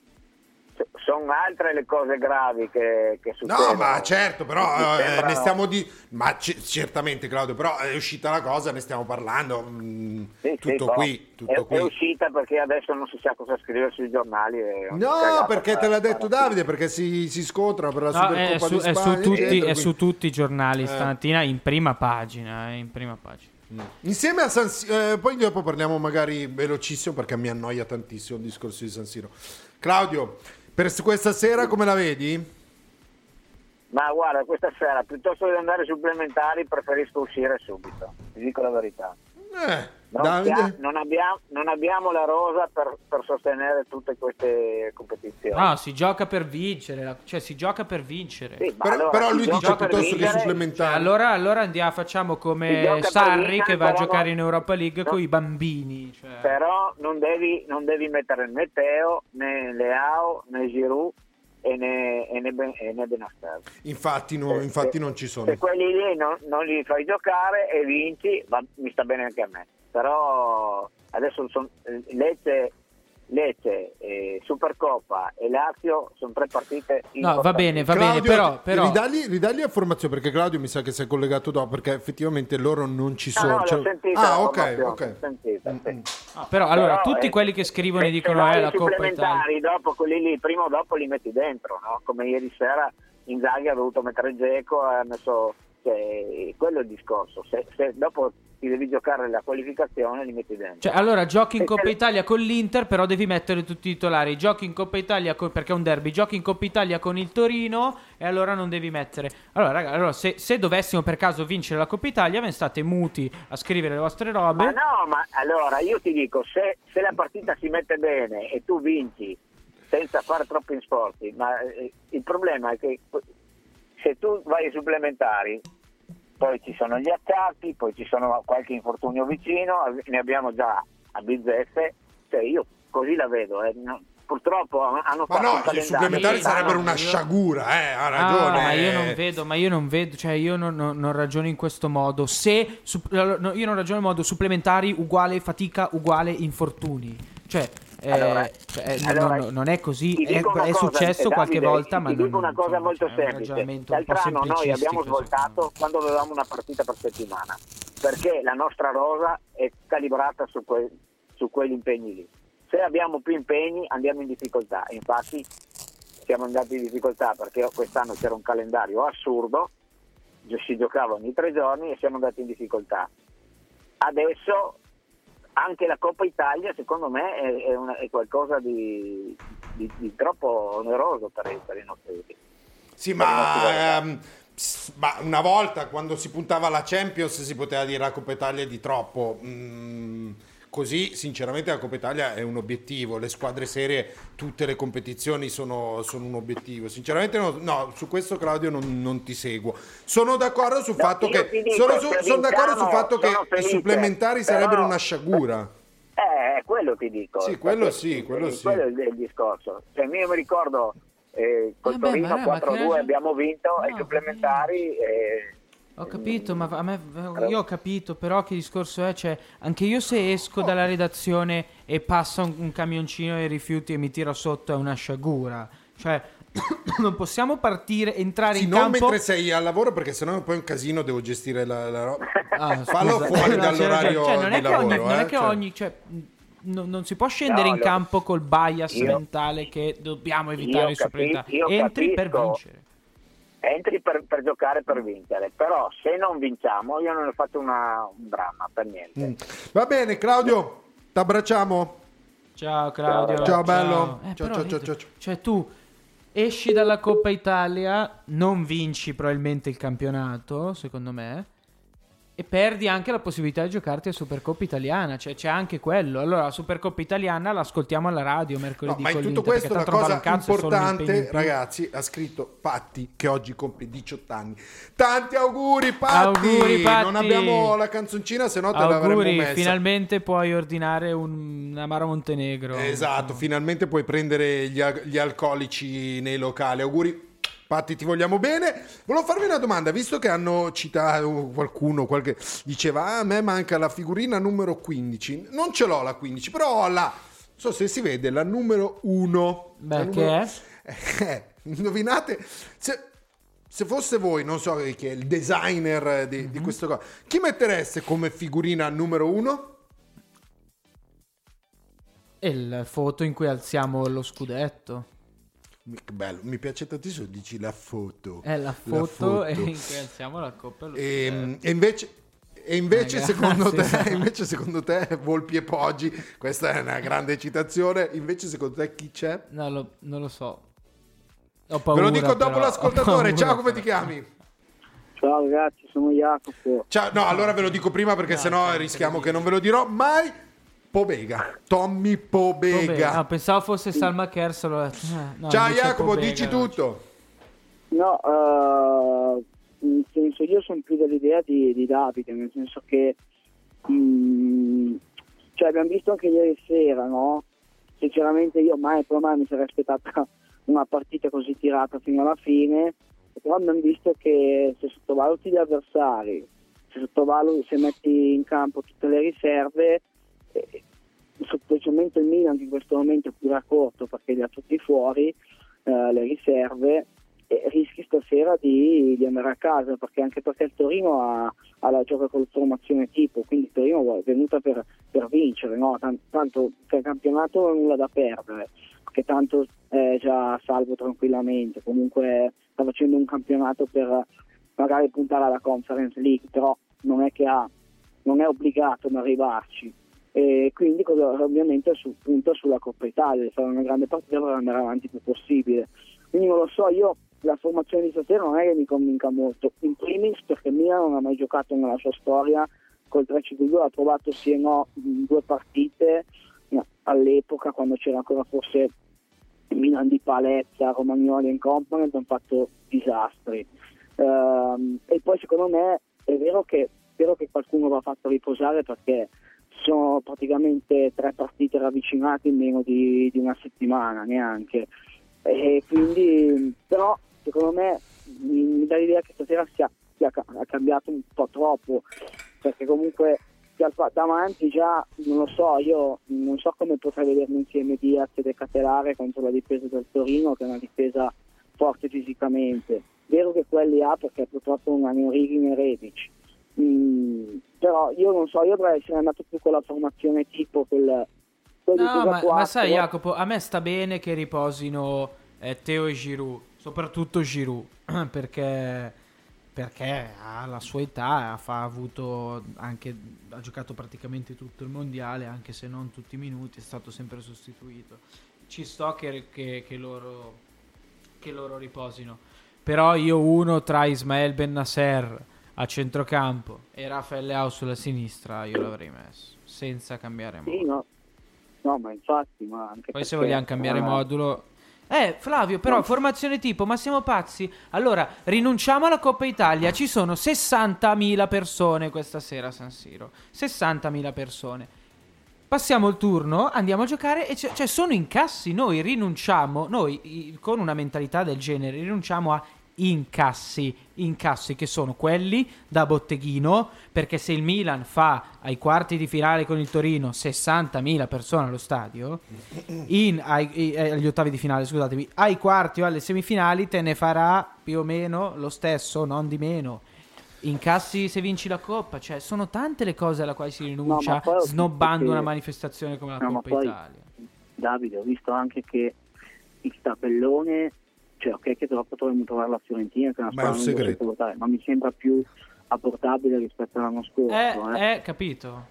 Speaker 6: sono altre le cose gravi che, che succedono.
Speaker 3: No, ma certo, però
Speaker 6: Mi
Speaker 3: eh,
Speaker 6: sembrano-
Speaker 3: ne stiamo di... Ma c- certamente, Claudio, però è uscita la cosa, ne stiamo parlando. mm,
Speaker 6: Sì, sì,
Speaker 3: tutto
Speaker 6: però
Speaker 3: qui, tutto
Speaker 6: è,
Speaker 3: qui.
Speaker 6: è uscita perché adesso non si sa cosa scrivere sui giornali. è una
Speaker 3: No,
Speaker 6: cagata
Speaker 3: perché te
Speaker 6: fare-
Speaker 3: l'ha detto
Speaker 6: fare-
Speaker 3: Davide, perché si, si scontra per la
Speaker 4: No, è,
Speaker 3: Supercoppa
Speaker 4: su,
Speaker 3: di
Speaker 4: è su
Speaker 3: Spagna,
Speaker 4: tutti,
Speaker 3: eccetera,
Speaker 4: è su
Speaker 3: quindi-
Speaker 4: tutti i giornali
Speaker 3: Eh.
Speaker 4: stamattina in prima pagina, eh, in prima pagina.
Speaker 3: Insieme a San Siro, eh, poi dopo parliamo magari velocissimo perché mi annoia tantissimo il discorso di San Siro. Claudio, per questa sera come la vedi?
Speaker 6: Ma guarda, questa sera piuttosto di andare ai supplementari preferisco uscire subito, ti dico la verità.
Speaker 3: Eh,
Speaker 6: Non,
Speaker 3: Davide?
Speaker 6: sia- non abbiamo, non abbiamo la rosa per, per sostenere tutte queste competizioni.
Speaker 4: No, si gioca per vincere, la- cioè si gioca per vincere.
Speaker 6: Sì, ma
Speaker 3: Però,
Speaker 6: allora,
Speaker 3: però
Speaker 6: si
Speaker 3: lui
Speaker 6: gioca
Speaker 3: dice
Speaker 6: per
Speaker 3: piuttosto che
Speaker 6: vincere,
Speaker 3: supplementari.
Speaker 4: Allora, allora andiamo, facciamo
Speaker 6: Si
Speaker 4: come
Speaker 6: gioca per
Speaker 4: Sarri
Speaker 6: vincere,
Speaker 4: che va a
Speaker 6: però
Speaker 4: giocare
Speaker 6: no-
Speaker 4: in Europa League
Speaker 6: no.
Speaker 4: con i bambini. Cioè.
Speaker 6: Però non devi, non devi mettere né Teo, né Leao, né Giroud e né, e né, Ben- e né Benacer.
Speaker 3: Infatti, no,
Speaker 6: Se-
Speaker 3: infatti
Speaker 6: se-
Speaker 3: non ci sono.
Speaker 6: Se quelli lì non, non li fai giocare e vinci, va- mi sta bene anche a me. Però adesso son, Lecce, Lecce eh, Supercoppa e Lazio sono tre partite
Speaker 4: No, va bene, va
Speaker 3: Claudio,
Speaker 4: bene, però... però...
Speaker 3: Ridagli, ridagli la formazione perché Claudio mi sa che si è collegato dopo perché effettivamente loro non ci
Speaker 6: Ah,
Speaker 3: sono.
Speaker 6: no,
Speaker 3: cioè-
Speaker 6: l'ho sentita,
Speaker 3: ah,
Speaker 6: la
Speaker 3: ok,
Speaker 6: formazione,
Speaker 3: ok.
Speaker 6: l'ho sentita, sì.
Speaker 3: Mm-mm.
Speaker 4: no, però allora,
Speaker 6: Però,
Speaker 4: tutti
Speaker 6: eh,
Speaker 4: quelli che scrivono e
Speaker 6: se-
Speaker 4: dicono
Speaker 6: se
Speaker 4: è
Speaker 6: vai
Speaker 4: la
Speaker 6: ai
Speaker 4: Coppa Italia.
Speaker 6: supplementari, dopo quelli lì, prima o dopo li metti dentro, no? Come ieri sera Inzaghi ha dovuto mettere Dzeko, ha messo... Cioè, quello è il discorso. Se, se dopo ti devi giocare la qualificazione, li metti dentro.
Speaker 4: Cioè, allora giochi in
Speaker 6: E
Speaker 4: Coppa
Speaker 6: se-
Speaker 4: Italia con l'Inter, però devi mettere tutti i titolari. Giochi in Coppa Italia con- perché è un derby. Giochi in Coppa Italia con il Torino e allora non devi mettere. Allora, raga, allora, se, se dovessimo per caso vincere la Coppa Italia, ve ne state muti a scrivere le vostre robe.
Speaker 6: Ma no, ma allora io ti dico, se, se la partita si mette bene e tu vinci senza fare troppi sforzi, ma eh, il problema è che se tu vai ai supplementari, poi ci sono gli acciacchi, poi ci sono qualche infortunio vicino, ne abbiamo già a bizzeffe, cioè io così la vedo, eh. No, purtroppo hanno
Speaker 3: Ma
Speaker 6: fatto un
Speaker 3: no, i
Speaker 6: calendario.
Speaker 3: supplementari
Speaker 4: Sì,
Speaker 3: sarebbero
Speaker 4: no,
Speaker 3: una
Speaker 4: io-
Speaker 3: sciagura, eh, ha
Speaker 4: Ah,
Speaker 3: ragione.
Speaker 4: ma io
Speaker 3: eh.
Speaker 4: non vedo, ma io non vedo, cioè io non, non- non ragiono in questo modo. Se sup- no, io non ragiono in modo supplementari uguale fatica uguale infortuni. Cioè, eh,
Speaker 6: Allora,
Speaker 4: cioè, no,
Speaker 6: allora,
Speaker 4: no, no, non è così.
Speaker 6: ti
Speaker 4: È,
Speaker 6: dico una
Speaker 4: è
Speaker 6: cosa,
Speaker 4: successo
Speaker 6: eh,
Speaker 4: qualche
Speaker 6: Davide,
Speaker 4: volta,
Speaker 6: ti
Speaker 4: ma
Speaker 6: dico
Speaker 4: non,
Speaker 6: una cosa
Speaker 4: insomma,
Speaker 6: molto
Speaker 4: cioè, è un
Speaker 6: semplice.
Speaker 4: ragionamento un po'
Speaker 6: L'altro anno noi abbiamo
Speaker 4: semplicistico,
Speaker 6: svoltato quando avevamo una partita per settimana, perché la nostra rosa è calibrata su, que- su quegli impegni lì. Se abbiamo più impegni andiamo in difficoltà. Infatti siamo andati in difficoltà perché quest'anno c'era un calendario assurdo, si giocava ogni tre giorni e siamo andati in difficoltà. Adesso anche la Coppa Italia secondo me è, è, una- è qualcosa di, di- di troppo oneroso per, i- per i nostri.
Speaker 3: Sì,
Speaker 6: per i nostri
Speaker 3: ma,
Speaker 6: ragazzi.
Speaker 3: ehm, s- ma una volta quando si puntava alla Champions si poteva dire la Coppa Italia è di troppo. Mm, così sinceramente la Coppa Italia è un obiettivo, le squadre serie, tutte le competizioni sono, sono un obiettivo. Sinceramente no, no, su questo Claudio non, non ti seguo. Sono d'accordo sul
Speaker 6: No,
Speaker 3: fatto
Speaker 6: io
Speaker 3: che
Speaker 6: ti dico,
Speaker 3: sono, su-
Speaker 6: se
Speaker 3: sono d'accordo sul
Speaker 6: vinciamo,
Speaker 3: fatto che
Speaker 6: sono
Speaker 3: i
Speaker 6: felice,
Speaker 3: supplementari
Speaker 6: però-
Speaker 3: sarebbero una sciagura.
Speaker 6: Eh, quello ti dico.
Speaker 3: Sì, quello
Speaker 6: Perché-
Speaker 3: sì, quello sì.
Speaker 6: Quello è il, il discorso. Cioè, io mi ricordo eh, col
Speaker 4: Vabbè,
Speaker 6: Torino
Speaker 4: ma no, ma
Speaker 6: quattro a
Speaker 4: che
Speaker 6: due
Speaker 4: ragione-
Speaker 6: abbiamo vinto ai
Speaker 4: No,
Speaker 6: supplementari. E...
Speaker 4: Ho capito, ma a me, io ho capito, però che discorso è? Cioè, anche io se esco dalla redazione e passa un, un camioncino ai rifiuti e mi tira sotto è una sciagura. Cioè, non possiamo partire, entrare
Speaker 3: Sì,
Speaker 4: in
Speaker 3: non
Speaker 4: campo...
Speaker 3: mentre sei al lavoro perché sennò poi è un casino, devo gestire la, la roba.
Speaker 4: Ah,
Speaker 3: Fallo
Speaker 4: scusa.
Speaker 3: fuori
Speaker 4: No, c'è
Speaker 3: dall'orario
Speaker 4: ragione. Cioè, non è
Speaker 3: di
Speaker 4: che
Speaker 3: lavoro.
Speaker 4: ogni, non è
Speaker 3: eh,
Speaker 4: che
Speaker 3: cioè.
Speaker 4: ogni cioè, no- non si può scendere
Speaker 6: No,
Speaker 4: in
Speaker 6: lo-
Speaker 4: campo col bias
Speaker 6: io-
Speaker 4: mentale che dobbiamo evitare
Speaker 6: io
Speaker 4: i
Speaker 6: capi-
Speaker 4: supplementari.
Speaker 6: io
Speaker 4: Entri per
Speaker 6: capisco.
Speaker 4: vincere.
Speaker 6: Entri per, per giocare per vincere, però se non vinciamo io non ne faccio una, un dramma per niente.
Speaker 3: Mm. Va bene, Claudio, ti abbracciamo.
Speaker 4: Ciao Claudio.
Speaker 3: Ciao bello.
Speaker 4: Eh,
Speaker 3: Ciao,
Speaker 4: però,
Speaker 3: ciao, ciao,
Speaker 4: vedi,
Speaker 3: ciao, ciao.
Speaker 4: Cioè tu esci dalla Coppa Italia, non vinci probabilmente il campionato, secondo me, e perdi anche la possibilità di giocarti a Supercoppa Italiana, cioè c'è anche quello. Allora la Supercoppa Italiana l'ascoltiamo alla radio mercoledì.
Speaker 3: No, ma in
Speaker 4: con
Speaker 3: tutto
Speaker 4: l'Inter,
Speaker 3: questo la
Speaker 4: perché tanto non vale
Speaker 3: cosa
Speaker 4: un cazzo, è solo un impegno in
Speaker 3: importante,
Speaker 4: più.
Speaker 3: ragazzi, ha scritto Patti che oggi compie diciotto anni. Tanti auguri Patti!
Speaker 4: Auguri, Patti!
Speaker 3: Non abbiamo la canzoncina, se no te l'avremmo
Speaker 4: Auguri,
Speaker 3: messa.
Speaker 4: finalmente puoi ordinare un, un Amaro Montenegro.
Speaker 3: Esatto,
Speaker 4: No.
Speaker 3: finalmente puoi prendere gli, al- gli alcolici nei locali. Auguri Patti, ti vogliamo bene. Volevo farvi una domanda, visto che hanno citato qualcuno, qualche diceva ah, a me manca la figurina numero quindici. Non ce l'ho la quindici, però ho la, non so se si vede, la numero uno.
Speaker 4: Beh,
Speaker 3: La
Speaker 4: che
Speaker 3: numero-
Speaker 4: è?
Speaker 3: Eh, indovinate se, se fosse voi, non so chi è il designer di,
Speaker 4: Mhm.
Speaker 3: di questo cosa, chi mettereste come figurina numero uno?
Speaker 4: E la foto in cui alziamo lo scudetto.
Speaker 3: Che bello, mi piace tantissimo, dici la foto.
Speaker 4: È la foto, e in cui alziamo la coppa e lo
Speaker 3: E,
Speaker 4: scudetto.
Speaker 3: e invece, e invece
Speaker 4: Eh,
Speaker 3: secondo te,
Speaker 4: grazie.
Speaker 3: invece secondo te Volpi e Poggi, questa è una grande citazione, invece secondo te chi c'è?
Speaker 4: No, lo- non lo so. Ho
Speaker 3: Ve
Speaker 4: paura,
Speaker 3: lo dico dopo
Speaker 4: però,
Speaker 3: l'ascoltatore,
Speaker 4: ho
Speaker 3: ciao,
Speaker 4: paura,
Speaker 3: come ti
Speaker 4: però.
Speaker 3: chiami?
Speaker 6: Ciao ragazzi, sono Jacopo.
Speaker 3: Ciao, no, allora ve lo dico prima perché
Speaker 4: No,
Speaker 3: sennò
Speaker 4: ciao,
Speaker 3: rischiamo che non ve lo dirò mai. Pobega, Tommy
Speaker 4: Pobega.
Speaker 3: Pobega.
Speaker 4: Ah, pensavo fosse Salma Kersolo. Eh, no,
Speaker 3: Ciao
Speaker 4: invece è
Speaker 3: Jacopo,
Speaker 4: Pobega,
Speaker 3: dici
Speaker 4: no.
Speaker 3: tutto.
Speaker 6: No, eh, nel senso io sono più dell'idea di, di Davide, nel senso che mm, cioè abbiamo visto anche ieri sera, no? Sinceramente io mai però mai mi sarei aspettata una partita così tirata fino alla fine, però abbiamo visto che se sottovaluti gli avversari, se sottovaluti, se metti in campo tutte le riserve, eh, specialmente il Milan che in questo momento è più raccorto perché li ha tutti fuori, eh, le riserve, e rischi stasera di, di andare a casa, perché anche perché il Torino ha, ha la gioca con formazione tipo, quindi il Torino è venuta per, per vincere, no? Tant- tanto per il campionato non ha nulla da perdere, perché tanto è già salvo tranquillamente, comunque sta facendo un campionato per magari puntare alla Conference League, però non è che ha, non è obbligato ad arrivarci, e quindi cosa- ovviamente su, punta sulla Coppa Italia, deve fare una grande partita per andare avanti il più possibile. Quindi non lo so, io la formazione di stasera non è che mi convinca molto, in primis perché Milan non ha mai giocato nella sua storia col tre cinque due, ha provato sì e no in due partite, no, all'epoca quando c'era ancora forse Milan di Palezza, Romagnoli e compagni, hanno fatto disastri. Ehm, e poi secondo me è vero che, è vero che qualcuno va fatto riposare perché sono praticamente tre partite ravvicinate in meno di, di una settimana neanche, e quindi però secondo me mi, mi dà l'idea che stasera sia, sia ca- ha cambiato un po' troppo, perché comunque sia fa- davanti già non lo so, io non so come potrei vedermi insieme Diaz e De Catelare contro la difesa del Torino, che è una difesa forte fisicamente. Vero che quelli ha perché purtroppo non hanno Origine e Rebic. Mm, però io non so, io avrei essere andato più con la formazione tipo quel, quel
Speaker 4: No,
Speaker 6: difesa
Speaker 4: ma, ma
Speaker 6: quattro.
Speaker 4: sai Jacopo, a me sta bene che riposino eh, Teo e Giroud, soprattutto Giroud, perché, perché ha la sua età, ha, fa- ha avuto anche, ha giocato praticamente tutto il mondiale, anche se non tutti i minuti, è stato sempre sostituito. Ci sto che, che, che loro, che loro riposino, però io uno tra Ismael Bennasser a centrocampo e Rafael Leao sulla sinistra io l'avrei messo senza cambiare modo.
Speaker 6: Sì, no. No, ma infatti, ma anche
Speaker 4: Poi se
Speaker 6: perché-
Speaker 4: vogliamo cambiare
Speaker 6: ah,
Speaker 4: modulo eh Flavio, però
Speaker 6: No.
Speaker 4: formazione tipo, ma siamo pazzi? Allora rinunciamo alla Coppa Italia, ci sono sessantamila persone questa sera a San Siro, sessantamila persone, passiamo il turno, andiamo a giocare e c- cioè sono incassi, noi rinunciamo, noi i- con una mentalità del genere rinunciamo a incassi, incassi che sono quelli da botteghino, perché se il Milan fa ai quarti di finale con il Torino sessantamila persone allo stadio, in, ai, i- eh, agli ottavi di finale scusatemi, ai quarti o alle semifinali te ne farà più o meno lo stesso, non di meno. Incassi se vinci la Coppa, cioè sono tante le cose alla quale si rinuncia,
Speaker 6: No, ma poi ho visto
Speaker 4: snobbando
Speaker 6: che-
Speaker 4: una manifestazione come la
Speaker 6: No, ma
Speaker 4: Coppa
Speaker 6: poi-
Speaker 4: Italia.
Speaker 6: Davide, ho visto anche che il tabellone, cioè ok che dopo dovremmo trovare la Fiorentina che è una
Speaker 3: Ma è un
Speaker 6: squadra non
Speaker 3: segreto.
Speaker 6: da votare, ma mi sembra più abbordabile rispetto all'anno scorso.
Speaker 4: Eh,
Speaker 6: eh.
Speaker 4: eh, capito.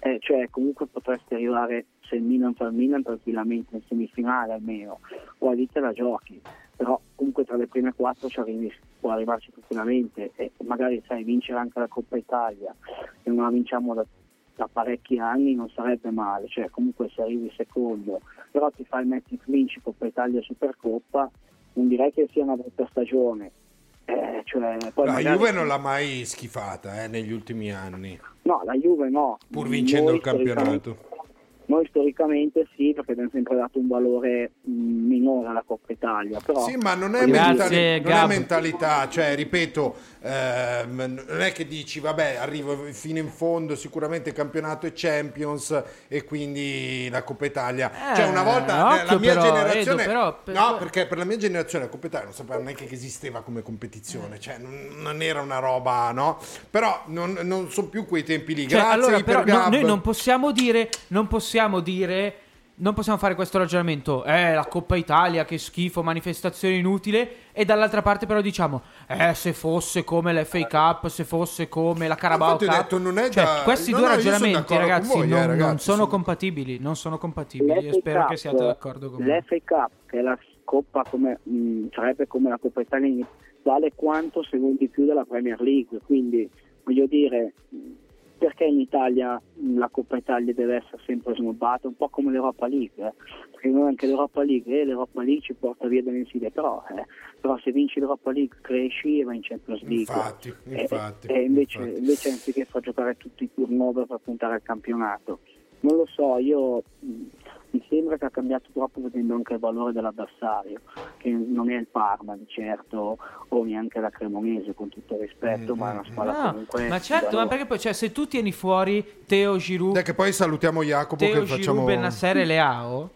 Speaker 6: Eh, cioè comunque potresti arrivare, se il Milan fa il Milan, tranquillamente in semifinale almeno, o lì te la giochi, però comunque tra le prime quattro ci arrivi, può arrivarci tranquillamente, e magari sai vincere anche la Coppa Italia, e non la vinciamo da, da parecchi anni, non sarebbe male, cioè comunque se arrivi secondo, però ti fai metti vinci Coppa Italia e Supercoppa, non direi che sia una brutta stagione. Eh, cioè, poi
Speaker 3: la
Speaker 6: magari...
Speaker 3: Juve non l'ha mai schifata eh, negli ultimi anni,
Speaker 6: no, la Juve no,
Speaker 3: pur vincendo
Speaker 6: Noi
Speaker 3: il campionato.
Speaker 6: Noi storicamente sì, perché abbiamo sempre dato un valore mh, minore alla Coppa Italia, però...
Speaker 3: Sì, ma non è,
Speaker 4: Grazie,
Speaker 3: mentali- non è
Speaker 4: Gab.
Speaker 3: mentalità, cioè ripeto, ehm, non è che dici vabbè arrivo fino in fondo, sicuramente campionato e Champions e quindi la Coppa Italia,
Speaker 4: Eh,
Speaker 3: cioè una volta eh, la
Speaker 4: occhio
Speaker 3: mia
Speaker 4: però,
Speaker 3: generazione,
Speaker 4: Edo, però, per-
Speaker 3: no, perché per la mia generazione la Coppa Italia non sapeva neanche che esisteva come competizione, cioè non, non era una roba, no? Però non, non sono più quei tempi lì.
Speaker 4: Cioè,
Speaker 3: Grazie
Speaker 4: allora, però, no,
Speaker 3: Ipergab.
Speaker 4: noi non possiamo dire, non possiamo dire, non possiamo fare questo ragionamento. Eh, la Coppa Italia, che schifo, manifestazione inutile. E dall'altra parte, però, diciamo, eh, se fosse come l'F A Cup, se fosse come la Carabao
Speaker 3: Infatti ho
Speaker 4: Cup.
Speaker 3: detto, non è
Speaker 4: cioè,
Speaker 3: da-
Speaker 4: questi
Speaker 3: no,
Speaker 4: due
Speaker 3: no, io sono
Speaker 4: ragionamenti,
Speaker 3: d'accordo
Speaker 4: ragazzi,
Speaker 3: con voi,
Speaker 4: non,
Speaker 3: eh, ragazzi,
Speaker 4: non sono
Speaker 3: sono
Speaker 4: compatibili. Non sono compatibili. E
Speaker 6: L'F A
Speaker 4: spero
Speaker 6: Cup,
Speaker 4: che siate d'accordo con me.
Speaker 6: L'F A Cup, che è la Coppa come mh, sarebbe come la Coppa Italia, vale quanto se non di più della Premier League, quindi voglio dire, perché in Italia la Coppa Italia deve essere sempre snobbata, un po' come l'Europa League, eh? Perché noi anche l'Europa League, eh, l'Europa League ci porta via dalle insidie, però, eh, però se vinci l'Europa League cresci e vai in Champions League.
Speaker 3: Infatti, infatti,
Speaker 6: e, e invece,
Speaker 3: infatti.
Speaker 6: invece anziché far giocare tutti i turnover per puntare al campionato, non lo so, io mh, mi sembra che ha cambiato troppo vedendo anche il valore dell'avversario, che non è il Parma di certo, o neanche la Cremonese, con tutto il rispetto,
Speaker 3: Mm,
Speaker 6: ma è una squadra
Speaker 4: No,
Speaker 6: comunque
Speaker 4: ma certo,
Speaker 6: di
Speaker 4: ma
Speaker 6: valore.
Speaker 4: perché poi, cioè, se tu tieni fuori Teo Giroud,
Speaker 3: Dai che poi salutiamo Jacopo
Speaker 4: Teo
Speaker 3: che
Speaker 4: Giroud,
Speaker 3: facciamo
Speaker 4: Bennacer e Leao,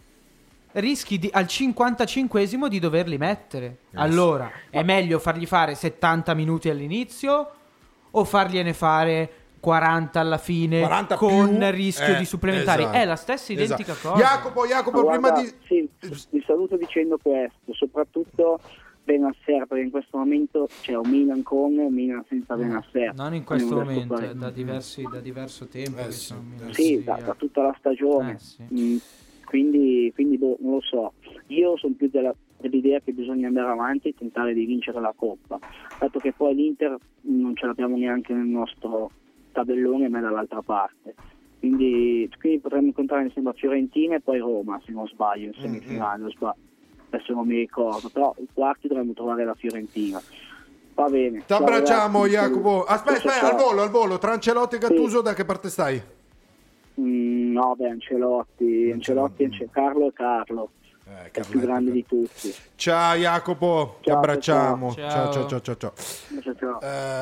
Speaker 4: rischi di, al cinquantacinquesimo di doverli mettere. Allora, è meglio fargli fare settanta minuti all'inizio o fargliene fare quaranta alla fine
Speaker 3: quaranta
Speaker 4: con
Speaker 3: più,
Speaker 4: rischio
Speaker 3: eh,
Speaker 4: di supplementari?
Speaker 3: esatto,
Speaker 4: È la stessa identica
Speaker 3: esatto.
Speaker 4: cosa.
Speaker 3: Jacopo, Jacopo
Speaker 6: Ma
Speaker 3: prima
Speaker 6: guarda,
Speaker 3: di
Speaker 6: sì, vi saluto dicendo questo, soprattutto Bennacer, perché in questo momento c'è un Milan con e un Milan senza Bennacer.
Speaker 4: Non in questo
Speaker 6: Abbiamo detto
Speaker 4: momento,
Speaker 6: poi.
Speaker 4: è da, diversi, da diverso tempo.
Speaker 3: Eh
Speaker 4: che
Speaker 3: sì,
Speaker 4: sono Milan
Speaker 6: Sì,
Speaker 4: Siviglia.
Speaker 6: da, da tutta la stagione.
Speaker 4: Eh, sì.
Speaker 6: Mm, quindi, quindi boh, non lo so. Io sono più della, dell'idea che bisogna andare avanti e tentare di vincere la Coppa, dato che poi l'Inter non ce l'abbiamo neanche nel nostro tabellone, ma è dall'altra parte. Quindi, quindi potremmo incontrare, mi sembra, Fiorentina e poi Roma, se non sbaglio, in semifinale. Mm-hmm. sbaglio. Adesso non mi ricordo, però i quarti dovremmo trovare la Fiorentina. Va bene.
Speaker 3: ti abbracciamo Jacopo. Aspetta,
Speaker 6: Ciao,
Speaker 3: aspetta,
Speaker 6: ciao.
Speaker 3: al volo, al volo, tra Ancelotti e Gattuso
Speaker 6: Sì.
Speaker 3: da che parte stai?
Speaker 6: Mm, no, beh, Ancelotti, Ancelotti, Ancelotti Carlo e Carlo.
Speaker 3: Eh,
Speaker 6: È il più grande di tutti.
Speaker 3: Ciao Jacopo, ti
Speaker 6: Ciao,
Speaker 3: abbracciamo.
Speaker 4: ciao.
Speaker 3: Ciao ciao ciao ciao. ciao.
Speaker 6: Ciao, ciao.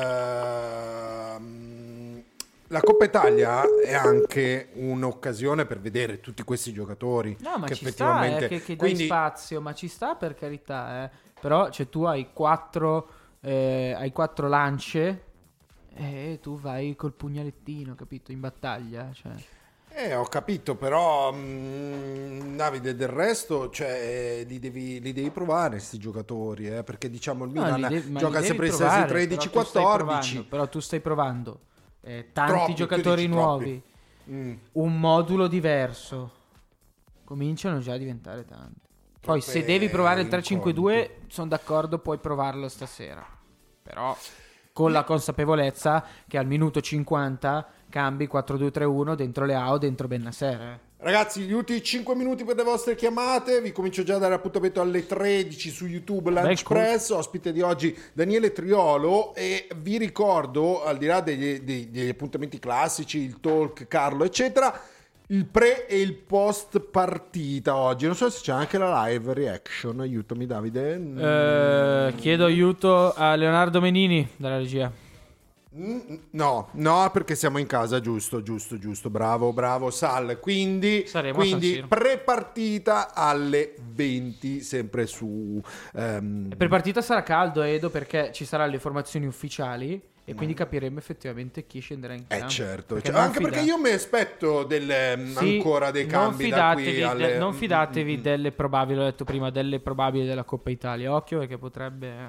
Speaker 3: Ehm, la Coppa Italia è anche un'occasione per vedere tutti questi giocatori
Speaker 4: No, ma
Speaker 3: che
Speaker 4: ci
Speaker 3: effettivamente
Speaker 4: sta, eh, che, che
Speaker 3: quindi
Speaker 4: dai spazio, ma ci sta, per carità, eh. Però cioè, tu hai quattro, eh, hai quattro lance e tu vai col pugnalettino, capito, in battaglia, cioè.
Speaker 3: Eh, ho capito, però mh, Davide, del resto, cioè, eh, li devi, li devi provare questi giocatori, eh, perché diciamo il
Speaker 4: No,
Speaker 3: Milan
Speaker 4: li de- ma
Speaker 3: gioca
Speaker 4: li
Speaker 3: sempre
Speaker 4: devi
Speaker 3: i
Speaker 4: provare,
Speaker 3: tredici
Speaker 4: però tu stai
Speaker 3: quattordici.
Speaker 4: provando- Però tu stai provando eh, tanti
Speaker 3: Troppi, tu
Speaker 4: giocatori
Speaker 3: dici
Speaker 4: nuovi,
Speaker 3: Mm.
Speaker 4: un modulo diverso, cominciano già a diventare tanti. Poi se
Speaker 3: Troppe
Speaker 4: devi provare il tre
Speaker 3: incognite.
Speaker 4: cinque due, sono d'accordo, puoi provarlo stasera. Però con la consapevolezza che al minuto cinquanta cambi quattro due tre uno dentro Leao, dentro Bennacer. Eh.
Speaker 3: Ragazzi, gli ultimi cinque minuti per le vostre chiamate. Vi comincio già a dare appuntamento alle tredici su YouTube Lunch
Speaker 4: Beh, cool.
Speaker 3: Press. Ospite di oggi Daniele Triolo. E vi ricordo, al di là degli, dei- degli appuntamenti classici, il talk, Carlo, eccetera, il pre e il post partita oggi. Non so se c'è anche la live reaction. Aiutami, Davide.
Speaker 4: Eh, chiedo aiuto a Leonardo Menini dalla regia.
Speaker 3: Mm, No, no, perché siamo in casa, giusto, giusto, giusto, bravo, bravo Sal. Quindi,
Speaker 4: Saremo a San
Speaker 3: quindi
Speaker 4: Siro.
Speaker 3: pre-partita alle venti, sempre su... ehm,
Speaker 4: Per partita sarà caldo, Edo, perché ci saranno le formazioni ufficiali e quindi capiremo effettivamente chi scenderà in
Speaker 3: eh
Speaker 4: campo.
Speaker 3: certo,
Speaker 4: Perché
Speaker 3: cioè,
Speaker 4: non
Speaker 3: anche
Speaker 4: fida-
Speaker 3: perché io mi aspetto del, ehm,
Speaker 4: Sì,
Speaker 3: ancora dei
Speaker 4: non
Speaker 3: cambi da qui
Speaker 4: fidatevi,
Speaker 3: alle...
Speaker 4: de- non fidatevi
Speaker 3: Mm, mm,
Speaker 4: delle probabili, l'ho detto prima, delle probabili della Coppa Italia. Occhio perché potrebbe...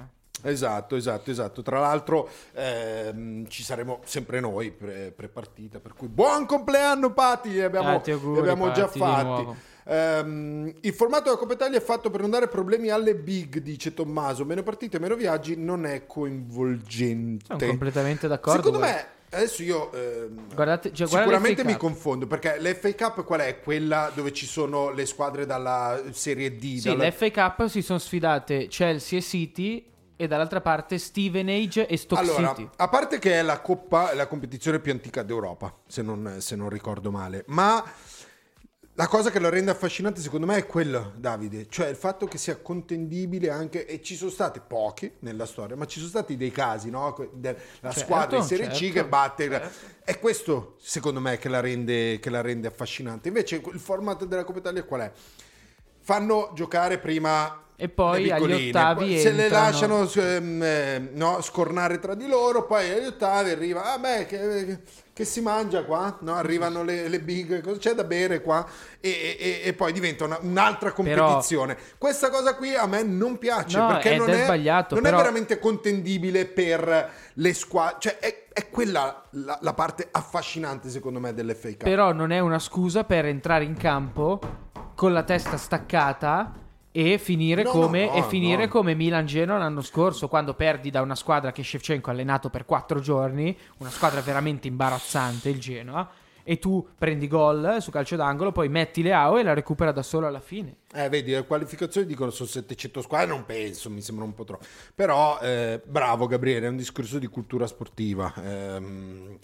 Speaker 3: Esatto, esatto, esatto. Tra l'altro ehm, ci saremo sempre noi pre, pre-partita, per cui buon compleanno Pati, li abbiamo,
Speaker 4: Eh, ti auguri,
Speaker 3: li abbiamo già
Speaker 4: Pati, di
Speaker 3: fatti.
Speaker 4: nuovo.
Speaker 3: Ehm, il formato della Coppa Italia è fatto per non dare problemi alle big, dice Tommaso. Meno partite, meno viaggi, non è coinvolgente.
Speaker 4: Sono completamente d'accordo.
Speaker 3: Secondo
Speaker 4: guarda.
Speaker 3: me, adesso io ehm,
Speaker 4: Guardate, cioè, guarda
Speaker 3: sicuramente
Speaker 4: l'F A
Speaker 3: mi
Speaker 4: Cup.
Speaker 3: confondo, perché l'F A Cup qual è? Quella dove ci sono le squadre dalla Serie D.
Speaker 4: Sì,
Speaker 3: dalla...
Speaker 4: l'F A Cup si sono sfidate Chelsea e City e dall'altra parte Stevenage e Stoke
Speaker 3: Allora,
Speaker 4: City.
Speaker 3: a parte che è la Coppa, è la competizione più antica d'Europa, se non, se non ricordo male, ma la cosa che lo rende affascinante secondo me è quello, Davide, cioè il fatto che sia contendibile anche, e ci sono stati pochi nella storia, ma ci sono stati dei casi, no? De- la
Speaker 4: Certo,
Speaker 3: squadra in Serie C
Speaker 4: certo,
Speaker 3: che batte,
Speaker 4: certo.
Speaker 3: è questo secondo me che la, rende, che la rende affascinante. Invece il format della Coppa Italia qual è? Fanno giocare prima
Speaker 4: E poi
Speaker 3: le
Speaker 4: agli
Speaker 3: piccoline,
Speaker 4: ottavi
Speaker 3: poi se le
Speaker 4: entrano-
Speaker 3: lasciano ehm, eh, no, scornare tra di loro, poi agli ottavi arriva, ah beh, che, che si mangia qua? No, arrivano le, le big, cosa c'è da bere qua? E, e- e poi diventa una- un'altra competizione. Questa cosa qui a me non piace,
Speaker 4: No,
Speaker 3: perché
Speaker 4: ed
Speaker 3: non,
Speaker 4: è
Speaker 3: è,
Speaker 4: sbagliato,
Speaker 3: non
Speaker 4: però-
Speaker 3: è veramente contendibile per le squadre, cioè è, è quella la, la parte affascinante secondo me dell'F A Cup.
Speaker 4: Però non è una scusa per entrare in campo con la testa staccata e finire
Speaker 3: No,
Speaker 4: come,
Speaker 3: no,
Speaker 4: e finire
Speaker 3: no.
Speaker 4: come Milan-Genoa l'anno scorso, quando perdi da una squadra che Shevchenko ha allenato per quattro giorni, una squadra veramente imbarazzante, il Genoa, e tu prendi gol su calcio d'angolo, poi metti Leao e la recupera da solo alla fine.
Speaker 3: Eh, vedi, le qualificazioni dicono sono settecento squadre, non penso, mi sembra un po' troppo. Però, eh, bravo Gabriele, è un discorso di cultura sportiva. Ehm,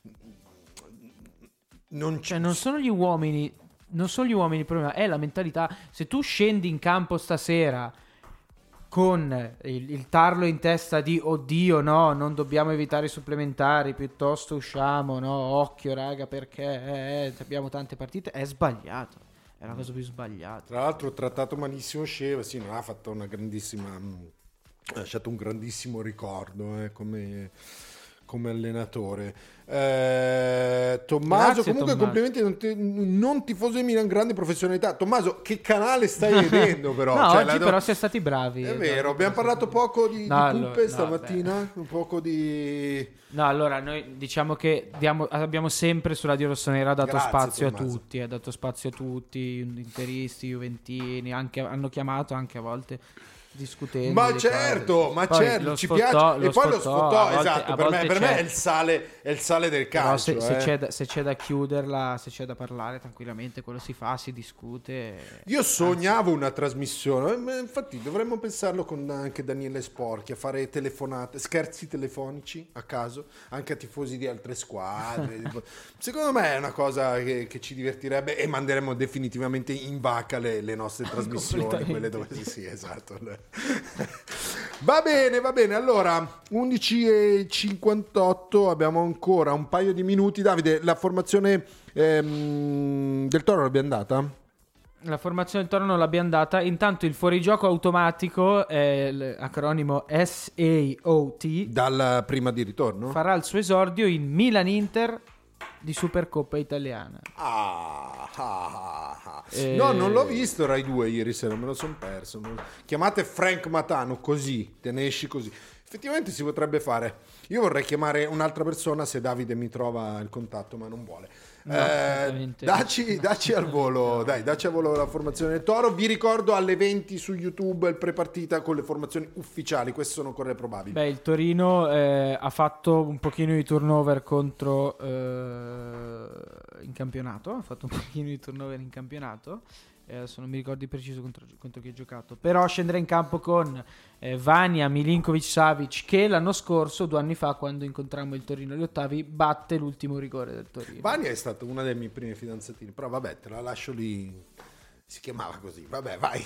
Speaker 3: non
Speaker 4: Cioè non sono gli uomini, non sono gli uomini il problema, è la mentalità. Se tu scendi in campo stasera con il, il tarlo in testa di oddio no, non dobbiamo evitare i supplementari, piuttosto usciamo, no, occhio raga perché eh, eh, abbiamo tante partite, è sbagliato, è la cosa più sbagliata.
Speaker 3: Tra l'altro ho trattato malissimo Sceva, sì, non ha fatto una grandissima, ha lasciato un grandissimo ricordo eh, come, come allenatore. Eh, Tommaso,
Speaker 4: Grazie,
Speaker 3: comunque
Speaker 4: Tommaso.
Speaker 3: complimenti, non, ti- non tifoso di Milan, grande professionalità. Tommaso, che canale stai vedendo però?
Speaker 4: No,
Speaker 3: Cioè,
Speaker 4: oggi
Speaker 3: la do-
Speaker 4: però siete stati bravi.
Speaker 3: È vero, abbiamo parlato poco di,
Speaker 4: No,
Speaker 3: di
Speaker 4: allora,
Speaker 3: puppe
Speaker 4: no,
Speaker 3: stamattina, un poco di...
Speaker 4: No, allora noi diciamo che diamo, abbiamo sempre su Radio Rossonera dato
Speaker 3: Grazie,
Speaker 4: spazio
Speaker 3: Tommaso.
Speaker 4: a tutti, ha dato spazio a tutti, interisti, juventini, anche, hanno chiamato anche a volte discutendo.
Speaker 3: Ma
Speaker 4: di
Speaker 3: certo,
Speaker 4: cose.
Speaker 3: ma
Speaker 4: Poi
Speaker 3: certo,
Speaker 4: lo
Speaker 3: ci
Speaker 4: sfottò-
Speaker 3: piace.
Speaker 4: lo
Speaker 3: E poi lo
Speaker 4: sfottò,
Speaker 3: sfottò,
Speaker 4: a volte-
Speaker 3: esatto,
Speaker 4: a
Speaker 3: per, me,
Speaker 4: volte
Speaker 3: per me
Speaker 4: c'è.
Speaker 3: è il sale, è il sale del
Speaker 4: Però
Speaker 3: calcio.
Speaker 4: se, se
Speaker 3: eh.
Speaker 4: c'è da, se c'è da chiuderla, se c'è da parlare tranquillamente, quello si fa, si discute.
Speaker 3: Io sognavo una trasmissione, eh, ma infatti dovremmo pensarlo con anche Daniele Sporchi, a fare telefonate, scherzi telefonici a caso, anche a tifosi di altre squadre. Tipo- Secondo me è una cosa che, che ci divertirebbe e manderemo definitivamente in vacca le, le nostre trasmissioni,
Speaker 4: Completamente.
Speaker 3: quelle dove sì, sì, esatto. Va bene, va bene. Allora, undici e cinquantotto, abbiamo ancora un paio di minuti. Davide, la formazione ehm, del Toro l'abbiamo data?
Speaker 4: La formazione del Toro non l'abbiamo data. Intanto il fuorigioco automatico, è l'acronimo S A O T,
Speaker 3: Dal prima di ritorno?
Speaker 4: farà il suo esordio in Milan-Inter di Supercoppa italiana.
Speaker 3: Ah, ah, ah, ah.
Speaker 4: Eh.
Speaker 3: No, non l'ho visto Rai due ieri sera, me lo sono perso. Chiamate Frank Matano così, te ne esci così. Effettivamente si potrebbe fare. Io vorrei chiamare un'altra persona se Davide mi trova il contatto, ma non vuole.
Speaker 4: No,
Speaker 3: Eh,
Speaker 4: assolutamente.
Speaker 3: dacci, dacci al volo, dai, dacci al volo la formazione del Toro. Vi ricordo alle venti su YouTube il prepartita con le formazioni ufficiali, queste sono ancora probabili.
Speaker 4: Beh, il Torino eh, ha fatto un pochino di turnover contro eh, in campionato. Ha fatto un pochino di turnover in campionato. Eh, adesso non mi ricordo di preciso contro, contro chi ha giocato. Però scendrà in campo con eh, Vania, Milinkovic, Savic, che l'anno scorso, due anni fa, quando incontrammo il Torino agli ottavi, batte l'ultimo rigore del Torino.
Speaker 3: Vania è stata una delle mie prime fidanzatine, però vabbè, te la lascio lì. Si chiamava così, vabbè, vai.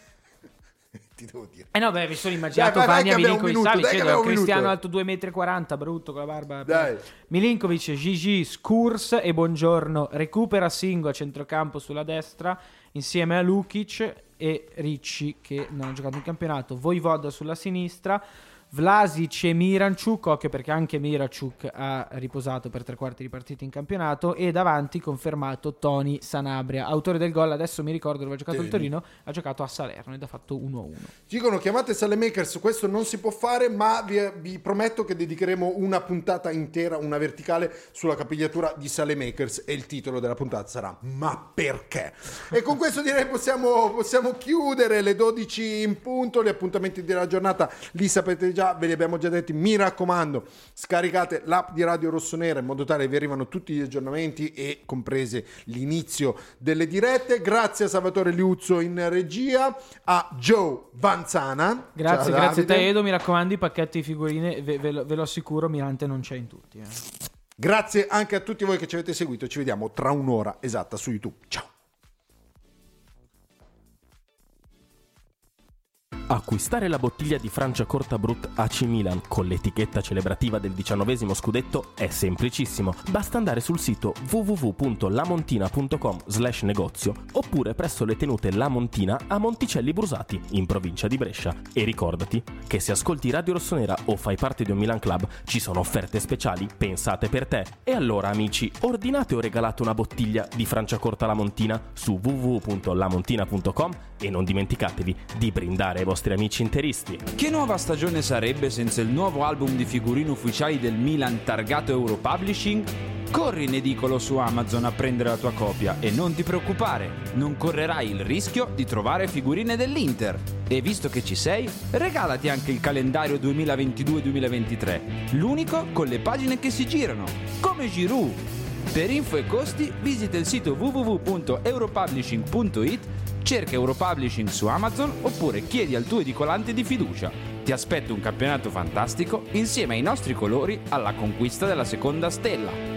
Speaker 3: Ti devo dire.
Speaker 4: Eh no, beh, mi sono immaginato
Speaker 3: Dai, vai, vai,
Speaker 4: Vania,
Speaker 3: che abbiamo un
Speaker 4: Milinkovic,
Speaker 3: minuto,
Speaker 4: Savic,
Speaker 3: dai, che
Speaker 4: cioè,
Speaker 3: abbiamo un
Speaker 4: Cristiano
Speaker 3: minuto.
Speaker 4: alto due virgola quaranta metri, brutto con la barba.
Speaker 3: Dai.
Speaker 4: Milinkovic, Gigi, Skurs e Buongiorno recupera Singo a centrocampo sulla destra insieme a Lukic e Ricci che non ha giocato in campionato, Voivoda sulla sinistra, Vlasic e Miranchuk, occhio perché anche Miranchuk ha riposato per tre quarti di partita in campionato, e davanti confermato Tony Sanabria, autore del gol, adesso mi ricordo dove ha giocato il Torino, ha giocato a Salerno ed ha fatto uno a uno.
Speaker 3: Dicono chiamate Salemakers, questo non si può fare, ma vi, vi prometto che dedicheremo una puntata intera, una verticale sulla capigliatura di Salemakers, e il titolo della puntata sarà Ma perché? E con questo direi possiamo, possiamo chiudere le dodici in punto, gli appuntamenti della giornata li sapete già, ve li abbiamo già detti, mi raccomando scaricate l'app di Radio Rossonera in modo tale che vi arrivano tutti gli aggiornamenti e comprese l'inizio delle dirette. Grazie a Salvatore Liuzzo in regia, a Joe Vanzana,
Speaker 4: grazie,
Speaker 3: ciao,
Speaker 4: grazie a
Speaker 3: Davide.
Speaker 4: te Edo, mi raccomando i pacchetti di figurine ve, ve, lo, ve lo assicuro, Mirante non c'è in tutti eh.
Speaker 3: Grazie anche a tutti voi che ci avete seguito, ci vediamo tra un'ora esatta su YouTube, ciao.
Speaker 1: Acquistare la bottiglia di Franciacorta Brut A C Milan con l'etichetta celebrativa del diciannovesimo scudetto è semplicissimo. Basta andare sul sito w w w punto lamontina punto com slash negozio oppure presso le tenute La Montina a Monticelli Brusati, in provincia di Brescia. E ricordati che se ascolti Radio Rossonera o fai parte di un Milan Club ci sono offerte speciali pensate per te. E allora amici, ordinate o regalate una bottiglia di Franciacorta La Montina su w w w punto lamontina punto com e non dimenticatevi di brindare ai vostri amici interisti.
Speaker 2: Che nuova stagione sarebbe senza il nuovo album di figurine ufficiali del Milan targato Europublishing? Corri in edicolo su Amazon a prendere la tua copia e non ti preoccupare, non correrai il rischio di trovare figurine dell'Inter. E visto che ci sei, regalati anche il calendario duemilaventidue duemilaventitré, l'unico con le pagine che si girano, come Giroud. Per info e costi visita il sito w w w punto europublishing punto i t, cerca Europublishing su Amazon oppure chiedi al tuo edicolante di fiducia. Ti aspetto un campionato fantastico insieme ai nostri colori alla conquista della seconda stella.